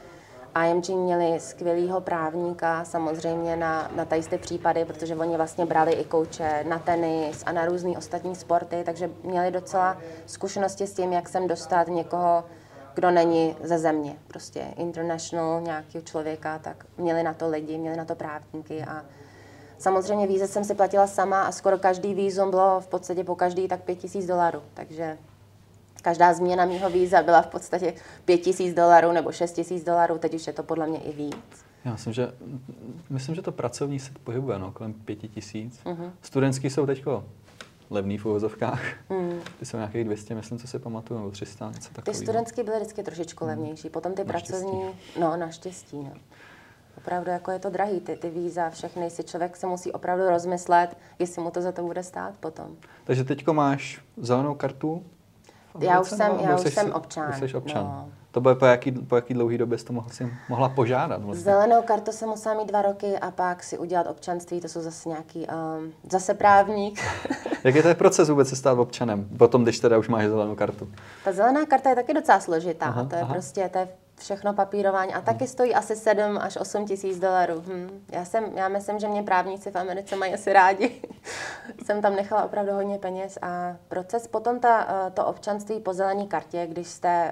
a IMG měli skvělýho právníka samozřejmě na tady ty případy, protože oni vlastně brali i kouče na tenis a na různý ostatní sporty, takže měli docela zkušenosti s tím, jak sem dostat někoho, kdo není ze země, prostě international nějakého člověka, tak měli na to lidi, měli na to právníky a samozřejmě víze jsem si platila sama a skoro každý vízum bylo v podstatě po každý tak $5,000, takže každá změna mýho víza byla v podstatě $5,000 nebo $6,000, teď už je to podle mě i víc. Já myslím, že to pracovní se pohybuje kolem 5,000. Studentský jsou teďko levný v uvozovkách. Ty jsou nějakých 200, myslím, co si pamatuju, nebo 300, něco takového. Ty studentský byly vždycky trošičku levnější, potom ty pracovní, naštěstí. Opravdu jako je to drahý, ty víza, všechny si člověk se musí opravdu rozmyslet, jestli mu to za to bude stát potom. Takže teďko máš zelenou kartu? Já už jsem občan. Jsi občan. No. To bylo po jaký dlouhý době jsi to mohla požádat? Vlastně? Zelenou kartu jsem musela mít 2 roky a pak si udělat občanství, to jsou zase nějaký, zase právník. Jak je ten proces vůbec se stát občanem, potom, když teda už máš zelenou kartu? Ta zelená karta je taky docela složitá, to je všechno papírování a taky stojí asi 7 až 8 tisíc dolarů. Já myslím, že mě právníci v Americe mají asi rádi. Jsem tam nechala opravdu hodně peněz a proces potom to občanství po zelené kartě, když jste,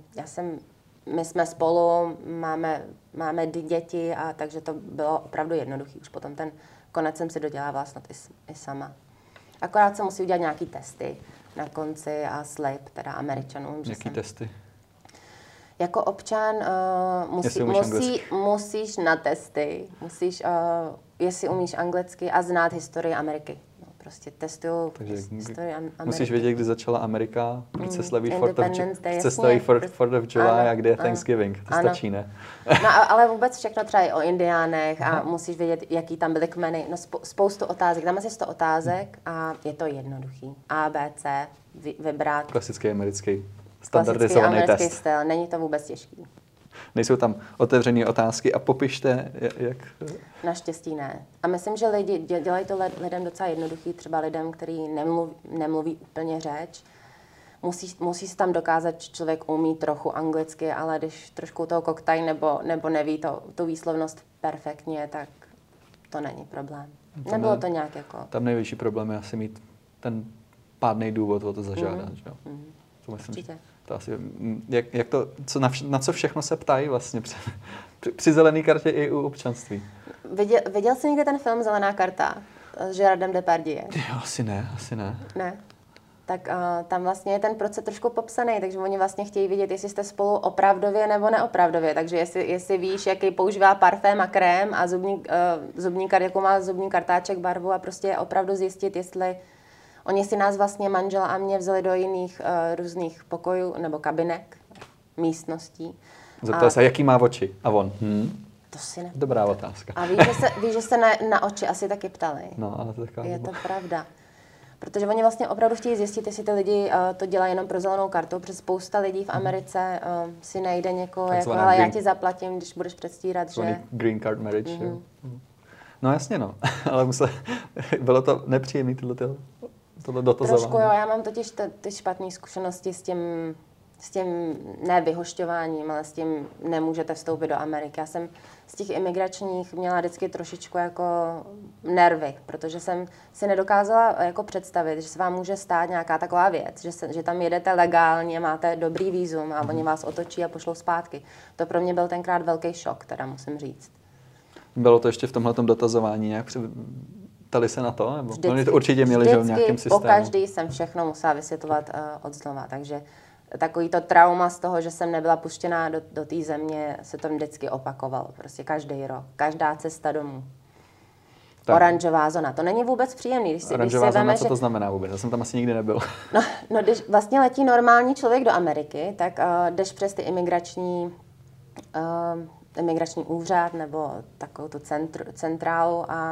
my jsme spolu, máme děti a takže to bylo opravdu jednoduchý. Už potom ten konec jsem si dodělávala snad i sama. Akorát se musí udělat nějaký testy na konci a slib, teda Američanům. Jaký testy? Jako občan musíš na testy, jestli umíš anglicky a znát historii Ameriky. No, prostě testuju historii Ameriky. Musíš vědět, kdy začala Amerika, kdy se slaví 4th of July a kdy je Thanksgiving. To stačí, ne? No, ale vůbec všechno třeba i o indiánech a musíš vědět, jaký tam byly kmeny. No, spoustu otázek. Tam asi 100 otázek a je to jednoduchý. A, B, C, vybrat. Klasický americký. Standardizovaný test. Styl. Není to vůbec těžký. Nejsou tam otevřené otázky a popište, jak... Naštěstí ne. A myslím, že lidi dělají to lidem docela jednoduchý, třeba lidem, kteří nemluví úplně řeč. Musí se tam dokázat, že člověk umí trochu anglicky, ale když trošku toho koktají nebo neví tu výslovnost perfektně, tak to není problém. Nebylo to nějak jako... Tam největší problém je asi mít ten pádnej důvod o to zažádat, že jo? Určitě. To asi, na co všechno se ptají vlastně při zelené kartě i u občanství. Viděl jsi někde ten film Zelená karta s Gerardem Depardieu? Jo, asi ne. Ne? tak tam vlastně je ten proces trošku popsaný, takže oni vlastně chtějí vidět, jestli jste spolu opravdově nebo neopravdově. Takže jestli víš, jaký používá parfém a krém a jakou má zubní kartáček, barvu a prostě opravdu zjistit, jestli oni si nás vlastně manžela a mě vzali do jiných různých pokojů nebo kabinek, místností. Zeptal se, jaký má oči? A on? To si ne. Dobrá otázka. A víš, že se na oči asi taky ptali. No, ale to je to pravda. Protože oni vlastně opravdu chtějí zjistit, jestli ty lidi to dělají jenom pro zelenou kartu, protože spousta lidí v Americe si najde někoho, jako, ale já ti zaplatím, když budeš předstírat, že... Green card marriage, jo. No jasně, no. Ale bylo to nepříjemné tohle dotazování. Trošku jo, já mám totiž ty špatné zkušenosti s tím ne vyhošťováním, ale s tím nemůžete vstoupit do Ameriky. Já jsem z těch imigračních měla vždycky trošičku jako nervy, protože jsem si nedokázala jako představit, že se vám může stát nějaká taková věc, že tam jedete legálně, máte dobrý vízum a oni vás otočí a pošlou zpátky. To pro mě byl tenkrát velký šok, teda musím říct. Bylo to ještě v tomhletom dotazování nějak ptali se na to? Nebo oni to určitě měli, že v nějakém systému. Po každý jsem všechno musela vysvětlovat odznova, takže takový to trauma z toho, že jsem nebyla puštěná do té země, se to vždycky opakovalo. Prostě každý rok, každá cesta domů. Tak. Oranžová zóna. To není vůbec příjemný. Oranžová zóna, co to znamená vůbec? Já jsem tam asi nikdy nebyl. No když vlastně letí normální člověk do Ameriky, tak jdeš přes ty imigrační úřad nebo takovou tu centrálu a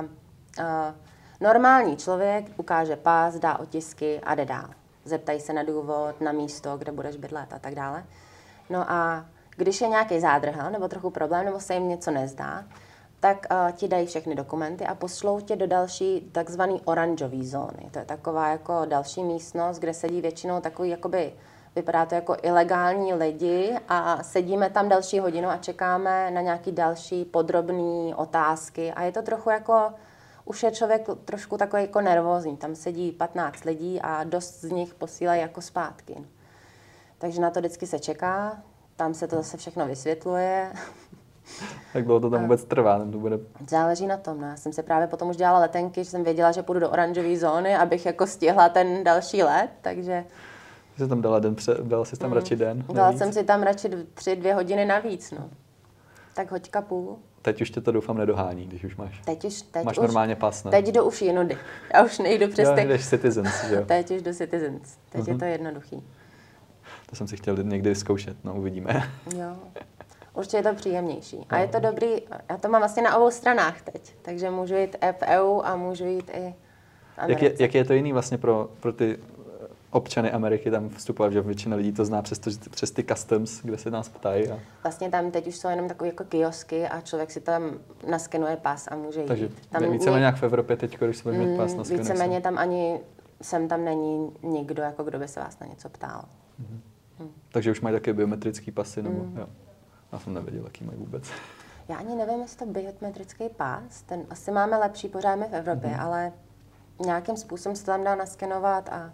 normální člověk ukáže pás, dá otisky a jde dál. Zeptají se na důvod, na místo, kde budeš bydlet a tak dále. No a když je nějaký zádrhel nebo trochu problém, nebo se jim něco nezdá, tak ti dají všechny dokumenty a pošlou tě do další takzvaný oranžové zóny. To je taková jako další místnost, kde sedí většinou takový, jakoby, vypadá to jako ilegální lidi a sedíme tam další hodinu a čekáme na nějaký další podrobné otázky a je to trochu jako... Už je člověk trošku takový jako nervózní. Tam sedí 15 lidí a dost z nich posílají jako zpátky. Takže na to vždycky se čeká, tam se to zase všechno vysvětluje. Jak dlouho to tam vůbec trvá? To bude... Záleží na tom. No. Já jsem se právě potom už dělala letenky, že jsem věděla, že půjdu do oranžové zóny, abych jako stihla ten další let, takže... Jsi tam dala jsi tam radši den? Dala jsem si tam radši 2 hodiny navíc, no. Tak hoďka půl. Teď už tě to doufám nedohání, když už máš. Máš už normálně pas, ne? Teď jdu už jinudy. Já už nejdu přes ty... jdeš Citizens, že jo? Teď už do Citizens. Teď je to jednoduchý. To jsem si chtěl někdy vyzkoušet, no uvidíme. Jo. Určitě je to příjemnější. A je to dobrý, já to mám vlastně na obou stranách teď, takže můžu jít v EU a můžu jít i v Americe. Jak je to jiný vlastně pro ty občany Ameriky tam vstupovat, že většina lidí to zná přes ty customs, kde se nás ptají. Vlastně tam teď už jsou jenom takové jako kiosky a člověk si tam naskenuje pas a může jít. Takže víceméně nějak v Evropě teď, když se bude mít pas, naskenuje se. Víceméně tam ani tam není nikdo, jako kdo by se vás na něco ptal. Takže už mají také biometrický pasy, nebo jo? Já jsem nevěděl, jaký mají vůbec. Já ani nevím, jestli to biometrický pas, ten asi máme lepší pořád v Evropě, ale nějakým způsobem se tam dá naskenovat a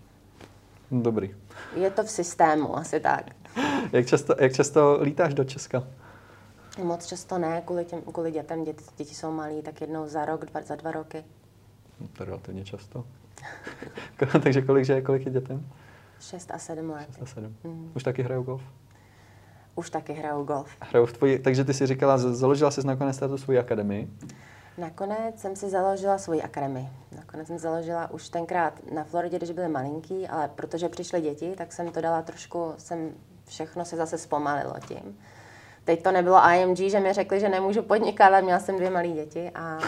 dobrý. Je to v systému, asi tak. Jak často lítáš do Česka? Moc často ne, kvůli dětem. Děti jsou malí, tak jednou za rok, za 2 roky. To je relativně často. Takže kolik je dětem? 6 a 7 let. 6 a 7. Už taky hrajou golf? Už taky hrajou golf. Takže ty si říkala, založila jsi nakonec tu svoji akademii? Nakonec jsem si založila svoji akademii. Nakonec jsem založila už tenkrát na Floridě, když byly malinký, ale protože přišly děti, tak jsem to dala trošku, všechno se zase zpomalilo tím. Teď to nebylo IMG, že mi řekli, že nemůžu podnikat, ale měla jsem 2 malé děti a...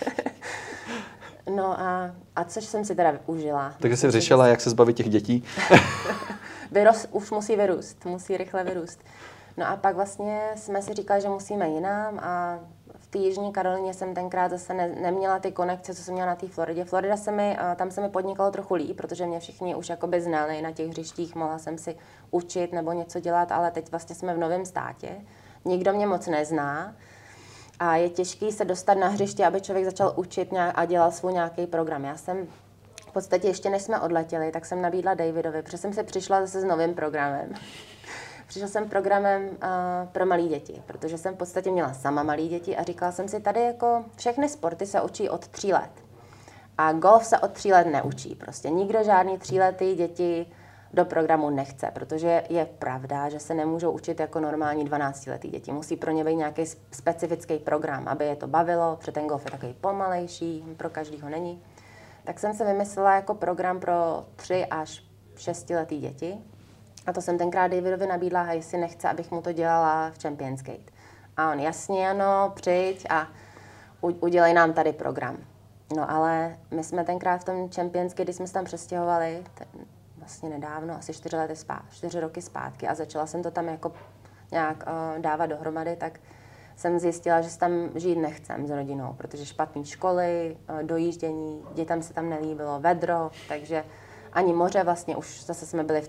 No a což jsem si teda užila. Takže jsi řešila, jak se zbavit těch dětí? Už musí vyrůst, musí rychle vyrůst. No a pak vlastně jsme si říkali, že musíme jinam a v té Jižní Karolíně jsem tenkrát zase neměla ty konekce, co jsem měla na té Floridě. Tam se mi podnikalo trochu líp, protože mě všichni už jakoby znali na těch hřištích, mohla jsem si učit nebo něco dělat, ale teď vlastně jsme v novém státě. Nikdo mě moc nezná a je těžký se dostat na hřiště, aby člověk začal učit a dělal svůj nějaký program. Já jsem v podstatě ještě než jsme odletěli, tak jsem nabídla Davidovi, protože jsem se přišla zase s novým programem. Přišla jsem programem pro malé děti, protože jsem v podstatě měla sama malé děti a říkala jsem si, tady jako všechny sporty se učí od 3 let. A golf se od 3 let neučí. Prostě nikdo žádný 3letý děti do programu nechce, protože je pravda, že se nemůžou učit jako normální 12letý děti. Musí pro ně být nějaký specifický program, aby je to bavilo, protože ten golf je takový pomalejší, pro každýho není. Tak jsem se vymyslela jako program pro 3 až 6letý děti. A to jsem tenkrát Davidovi nabídla, a jestli nechce, abych mu to dělala v Champions Gate. A on, jasně ano, přijď a udělej nám tady program. No ale my jsme tenkrát v tom Champions Gate, když jsme se tam přestěhovali, vlastně nedávno, asi 4 roky zpátky a začala jsem to tam jako nějak dávat dohromady, tak jsem zjistila, že se tam žít nechcem s rodinou, protože špatné školy, dojíždění, dětem se tam nelíbilo, vedro, takže ani moře vlastně, už zase jsme byli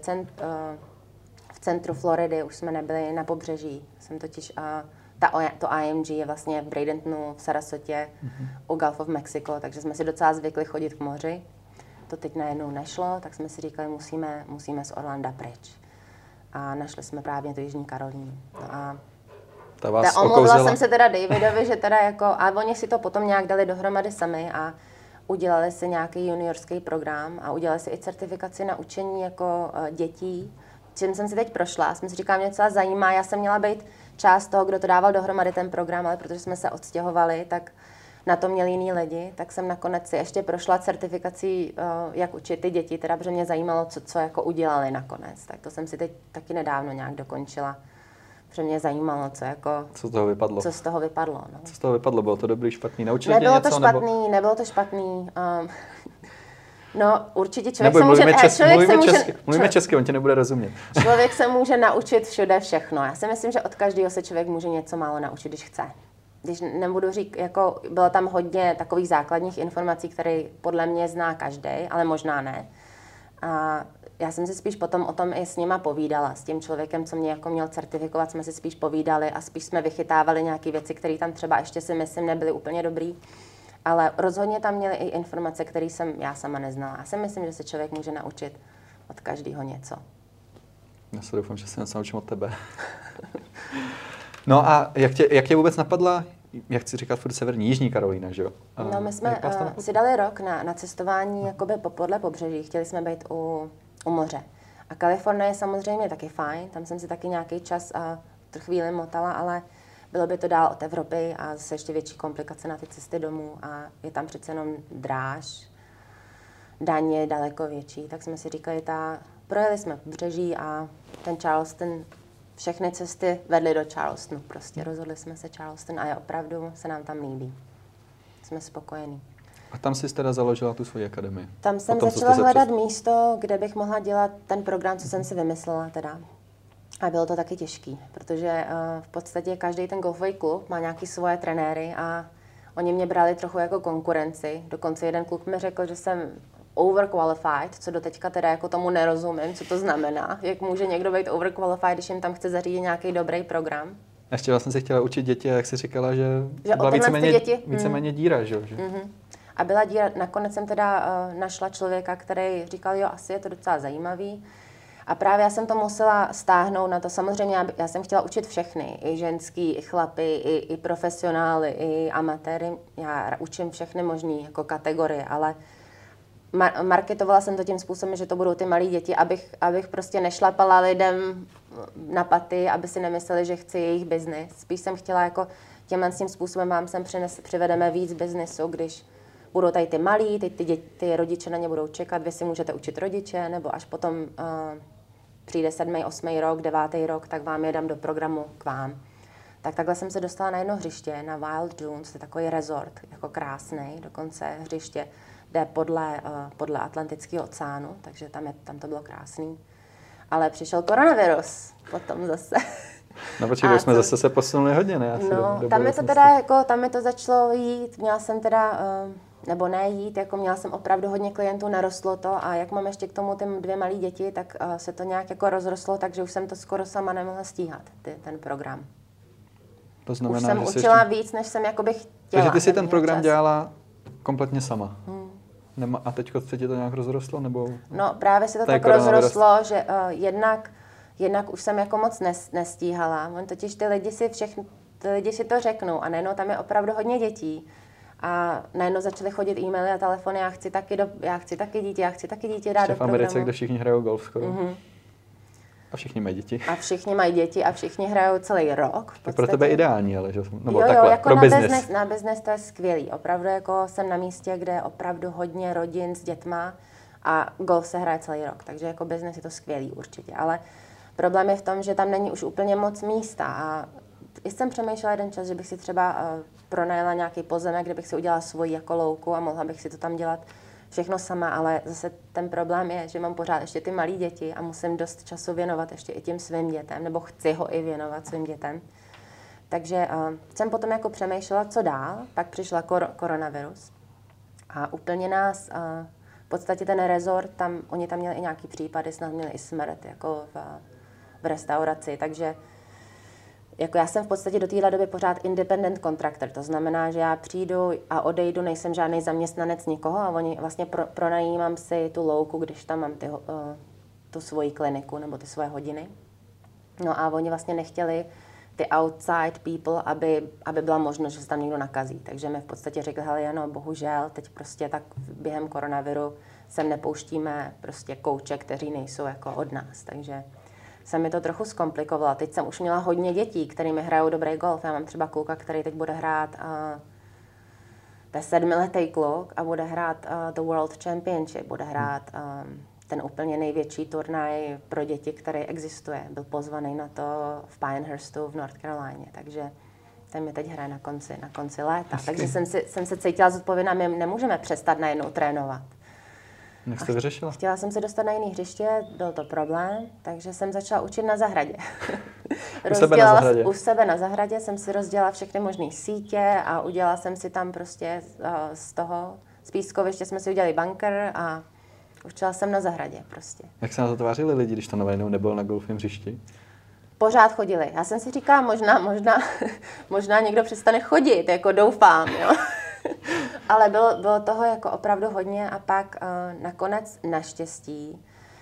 v centru Floridy, už jsme nebyli na pobřeží. Jsem totiž, to IMG je vlastně v Bradentonu, v Sarasotě, u Gulf of Mexico, takže jsme si docela zvykli chodit k moři. To teď najednou nešlo, tak jsme si říkali, musíme z Orlanda pryč. A našli jsme právě tu Jižní Karolínu. No a omluvila jsem se teda Davidovi, že teda jako, a oni si to potom nějak dali dohromady sami a udělali si nějaký juniorský program a udělali si i certifikaci na učení jako dětí, čím jsem si teď prošla. Jsem si říkala, mě docela zajímá, já jsem měla být část toho, kdo to dával dohromady ten program, ale protože jsme se odstěhovali, tak na to měli jiný lidi, tak jsem nakonec si ještě prošla certifikací, jak učit ty děti, teda, protože mě zajímalo, co jako udělali nakonec. Tak to jsem si teď taky nedávno nějak dokončila. Protože mě zajímalo, co z toho vypadlo. Co z toho vypadlo, no. Co z toho vypadlo? Bylo to dobrý, špatný? Naučili mě něco? Nebylo to špatný. No, určitě Mluvíme česky, on tě nebude rozumět. Člověk se může naučit všude všechno. Já si myslím, že od každého se člověk může něco málo naučit, když chce. Když nebudu říkat, jako bylo tam hodně takových základních informací, které podle mě zná každý, ale možná ne. A já jsem si spíš potom o tom i s nima povídala, s tím člověkem, co mě jako měl certifikovat, jsme si spíš povídali a spíš jsme vychytávali nějaké věci, které tam třeba ještě si myslím nebyly úplně dobrý. Ale rozhodně tam měly i informace, které jsem já sama neznala. Já si myslím, že se člověk může naučit od každého něco. Já se doufám, že se něco naučím od tebe. No a jak tě vůbec napadla, jak chci říkat furt severní, Jižní Karolína, že jo? No my jsme si dali rok na cestování jakoby podle pobřeží, chtěli jsme být u moře. A Kalifornie je samozřejmě taky fajn, tam jsem si taky nějaký čas a chvíli motala, ale bylo by to dál od Evropy a zase ještě větší komplikace na ty cesty domů a je tam přece jenom dráž, daň je daleko větší, tak jsme si říkali, projeli jsme pobřeží a ten Charleston, všechny cesty vedly do Charlestonu prostě. Rozhodli jsme se Charleston a opravdu se nám tam líbí. Jsme spokojení. A tam jsi teda založila tu svoji akademii? Tam jsem začala hledat místo, kde bych mohla dělat ten program, co jsem si vymyslela teda. A bylo to taky těžký, protože v podstatě každý ten golfový klub má nějaký svoje trenéry a oni mě brali trochu jako konkurenci. Dokonce jeden klub mi řekl, že jsem overqualified, co doteďka teda jako tomu nerozumím, co to znamená. Jak může někdo být overqualified, když jim tam chce zařídit nějaký dobrý program. Ještě vlastně si chtěla učit děti, jak jsi říkala, že byla víceméně díra, že? Mm-hmm. A byla díra, nakonec jsem teda našla člověka, který říkal, jo, asi je to docela zajímavý. A právě já jsem to musela stáhnout na to. Samozřejmě já jsem chtěla učit všechny, i ženský, i chlapy, i profesionály, i amatéry. Já učím všechny možné jako kategorie, ale marketovala jsem to tím způsobem, že to budou ty malí děti, abych prostě nešlapala lidem na paty, aby si nemysleli, že chci jejich biznis. Spíš jsem chtěla jako tímhle tím způsobem vám sem přivedeme víc biznesu, když budou tady ty malí, ty rodiče na ně budou čekat, vy si můžete učit rodiče, nebo až potom přijde 7., 8. rok, 9. rok, tak vám je dám do programu k vám. Tak takhle jsem se dostala na jedno hřiště, na Wild Dunes, to je takový resort, jako krásný, dokonce hřiště jde podle Atlantického oceánu, takže tam to bylo krásný. Ale přišel koronavirus potom zase. No počkej, už jsme zase se posunuli hodně, ne? Tam mi to začalo jít, měla jsem teda, nebo ne jít, jako měla jsem opravdu hodně klientů, narostlo to a jak mám ještě k tomu ty 2 malé děti, tak se to nějak jako rozrostlo, takže už jsem to skoro sama nemohla stíhat, ten program. To znamená, už jsem učila víc, než jsem jakoby chtěla. Takže ty si ten program dělala kompletně sama. A teďko se ti to nějak rozrostlo? Nebo no právě se to tak rozrostlo, že jednak už jsem jako moc nestíhala. On totiž ty lidi si to řeknou a nejenom tam je opravdu hodně dětí. A najednou začaly chodit e-maily a telefony, já chci taky dítě dát do v Americe, programu. kde všichni hrajou golf skoro. A všichni mají děti. A všichni hrajou celý rok. Tak pro tebe je ideální, ale že? Nebo jo, takhle, jako pro business. Na business to je skvělý. Opravdu jako jsem na místě, kde je opravdu hodně rodin s dětma a golf se hraje celý rok. Takže jako business je to skvělý určitě. Ale problém je v tom, že tam není už úplně moc místa. A jsem přemýšlela jeden čas, že bych si třeba pronajela nějaký pozemek, kde bych si udělala svoji jako louku a mohla bych si to tam dělat všechno sama, ale zase ten problém je, že mám pořád ještě ty malé děti a musím dost času věnovat ještě i tím svým dětem, nebo chci ho i věnovat svým dětem. Takže jsem potom jako přemýšlela, co dál, pak přišla koronavirus a úplně nás, v podstatě ten rezort, oni tam měli i nějaký případy, snad měli i smrt jako v restauraci, takže jako já jsem v podstatě do téhle doby pořád independent contractor, to znamená, že já přijdu a odejdu, nejsem žádný zaměstnanec nikoho a oni vlastně pronajímám si tu louku, když tam mám tu svoji kliniku nebo ty svoje hodiny. No a oni vlastně nechtěli ty outside people, aby byla možnost, že se tam někdo nakazí. Takže mi v podstatě řekli, hele Jano, bohužel, teď prostě tak během koronaviru sem nepouštíme prostě kouče, kteří nejsou jako od nás, takže se mi to trochu zkomplikovalo. Teď jsem už měla hodně dětí, kterými hrajou dobrý golf. Já mám třeba kluka, který teď bude hrát, to je 7letý kluk a bude hrát the World Championship, bude hrát ten úplně největší turnaj pro děti, který existuje. Byl pozvaný na to v Pinehurstu v North Carolině, takže ten mi teď hraje na konci léta. Takže jsem se cítila zodpovědná, my nemůžeme přestat najednou trénovat. Jak jsi to vyřešila? Chtěla jsem se dostat na jiné hřiště, byl to problém, takže jsem začala učit na zahradě. U sebe na zahradě jsem si rozdělala všechny možné sítě a udělala jsem si tam prostě z pískoviště jsme si udělali bunker a učila jsem na zahradě prostě. Jak se na to tvářili lidi, když to najednou nebylo na golfovém hřišti? Pořád chodili. Já jsem si říkala, možná někdo přestane chodit, jako doufám, jo. Ale bylo toho jako opravdu hodně a pak nakonec naštěstí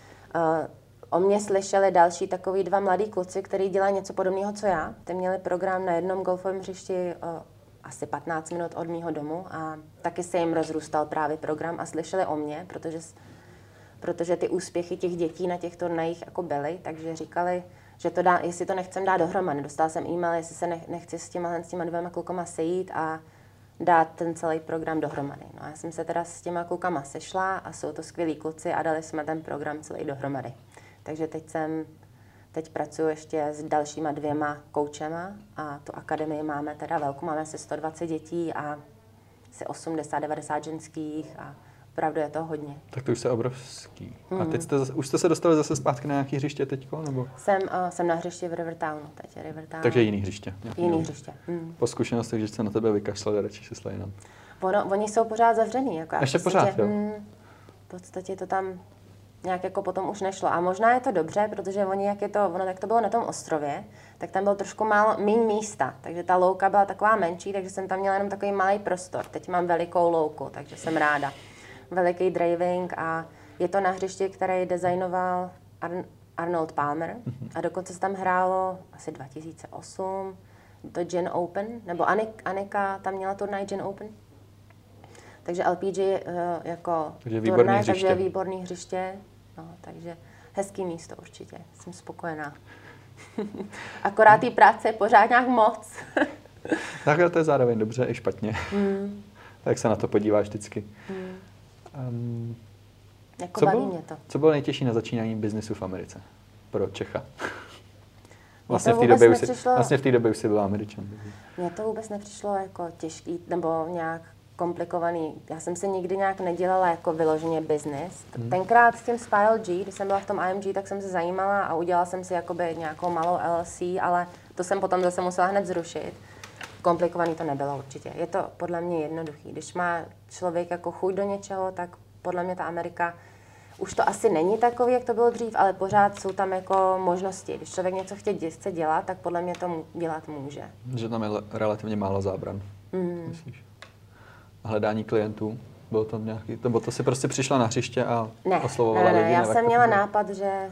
o mě slyšeli další takový 2 mladí kluci, kteří dělají něco podobného, co já. Ty měli program na jednom golfovém hřišti asi 15 minut od mýho domu a taky se jim rozrůstal právě program a slyšeli o mě, protože ty úspěchy těch dětí na těch turnajích jako byly, takže říkali, že jestli to nechcem dát dohromady. Dostala jsem e-mail, jestli se nechci s těma 2 klukama sejít a dát ten celý program dohromady. No a já jsem se teda s těma klukama sešla a jsou to skvělí kluci a dali jsme ten program celý dohromady. Takže teď pracuji ještě s dalšíma 2 koučema a tu akademii máme teda velkou, máme asi 120 dětí a asi 80-90 ženských a opravdu je to hodně. Tak to už je obrovský. A teď už jste se dostali zase zpátky na nějaké hřiště teďko, nebo? Jsem na hřišti v Rivertownu teď. Takže jiný hřiště. Jiný hřiště. Po zkušenostech, že se na tebe vykašlali, radši šli jinam. Oni jsou pořád zavřený. Jako ještě pořád, jo? V podstatě to tam nějak jako potom už nešlo. A možná je to dobře, protože tak to bylo na tom ostrově, tak tam bylo trošku méně místa. Takže ta louka byla taková menší, takže jsem tam měla jenom takový malý prostor. Teď mám velikou louku, takže jsem ráda. Veliký driving a je to na hřišti, který designoval Arnold Palmer a dokonce se tam hrálo asi 2008 to Gen Open, nebo Anika tam měla turnaj Gen Open. Takže LPG jako turnaj, takže výborný hřiště, no, takže hezký místo určitě, jsem spokojená. Akorát té práce je pořád nějak moc. Tak to je zároveň dobře i špatně. Tak se na to podíváš vždycky. Baví mě to. Co bylo nejtěžší na začínání biznesu v Americe pro Čecha? Vlastně v té době už jsi byla Američan. Mně to vůbec nepřišlo jako těžký nebo nějak komplikovaný. Já jsem se nikdy nějak nedělala jako vyloženě business. Tenkrát s tím Spiral G, když jsem byla v tom IMG, tak jsem se zajímala a udělala jsem si jakoby nějakou malou LLC, ale to jsem potom zase musela hned zrušit. Komplikovaný to nebylo určitě. Je to podle mě jednoduchý. Když má člověk jako chuť do něčeho, tak podle mě ta Amerika už to asi není takový, jak to bylo dřív, ale pořád jsou tam jako možnosti. Když člověk něco chce dělat, tak podle mě to dělat může. Že tam je relativně málo zábran, myslíš? A hledání klientů? Bylo tam nějaký, nebo to si prostě přišla na hřiště a oslovovala lidi? Ne, já jsem měla nápad, že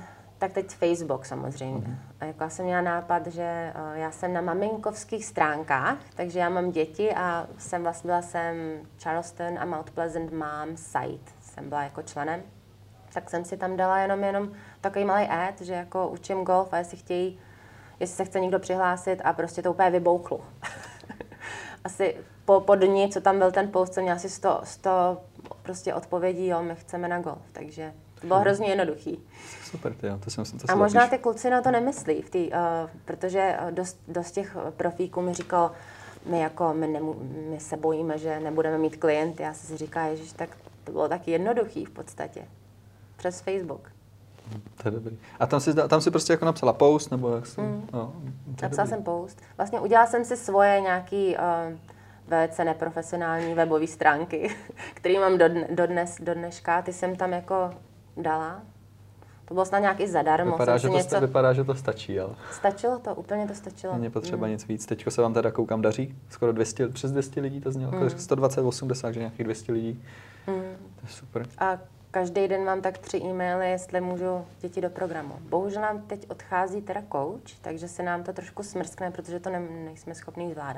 Tak teď Facebook samozřejmě. A jako já jsem měla nápad, že já jsem na maminkovských stránkách, takže já mám děti a byla jsem Charleston a Mount Pleasant Mom site. Jsem byla jako členem. Tak jsem si tam dala jenom takový malý ad, že jako učím golf a jestli se chce někdo přihlásit a prostě to úplně vybouchlo. Asi po dni, co tam byl ten post, jsem měla asi 100 prostě odpovědí, jo, my chceme na golf, takže to bylo hrozně jednoduchý. Super, to jsem to a možná ty kluci na to nemyslí, protože dost těch profíků mi říkal, my se bojíme, že nebudeme mít klienty. Já si říkala, ježiš, tak to bylo tak jednoduchý v podstatě. Přes Facebook. To je dobrý. A tam si prostě jako napsala post, nebo jak jsem? Napsala jsem post. Vlastně udělala jsem si svoje nějaký velice neprofesionální webové stránky, které mám do dneška. Ty jsem tam jako dala. To bylo snad nějaký zadarmo. Vypadá, že to stačí, ale... Stačilo to, úplně to stačilo. Není potřeba nic víc. Teďko se vám teda koukám daří. Skoro přes 200 lidí to znělo. 120, 80, že nějakých 200 lidí. To je super. A každý den mám tak 3 e-maily, jestli můžu děti do programu. Bohužel nám teď odchází teda coach, takže se nám to trošku smrskne, protože to nejsme schopní zvládat.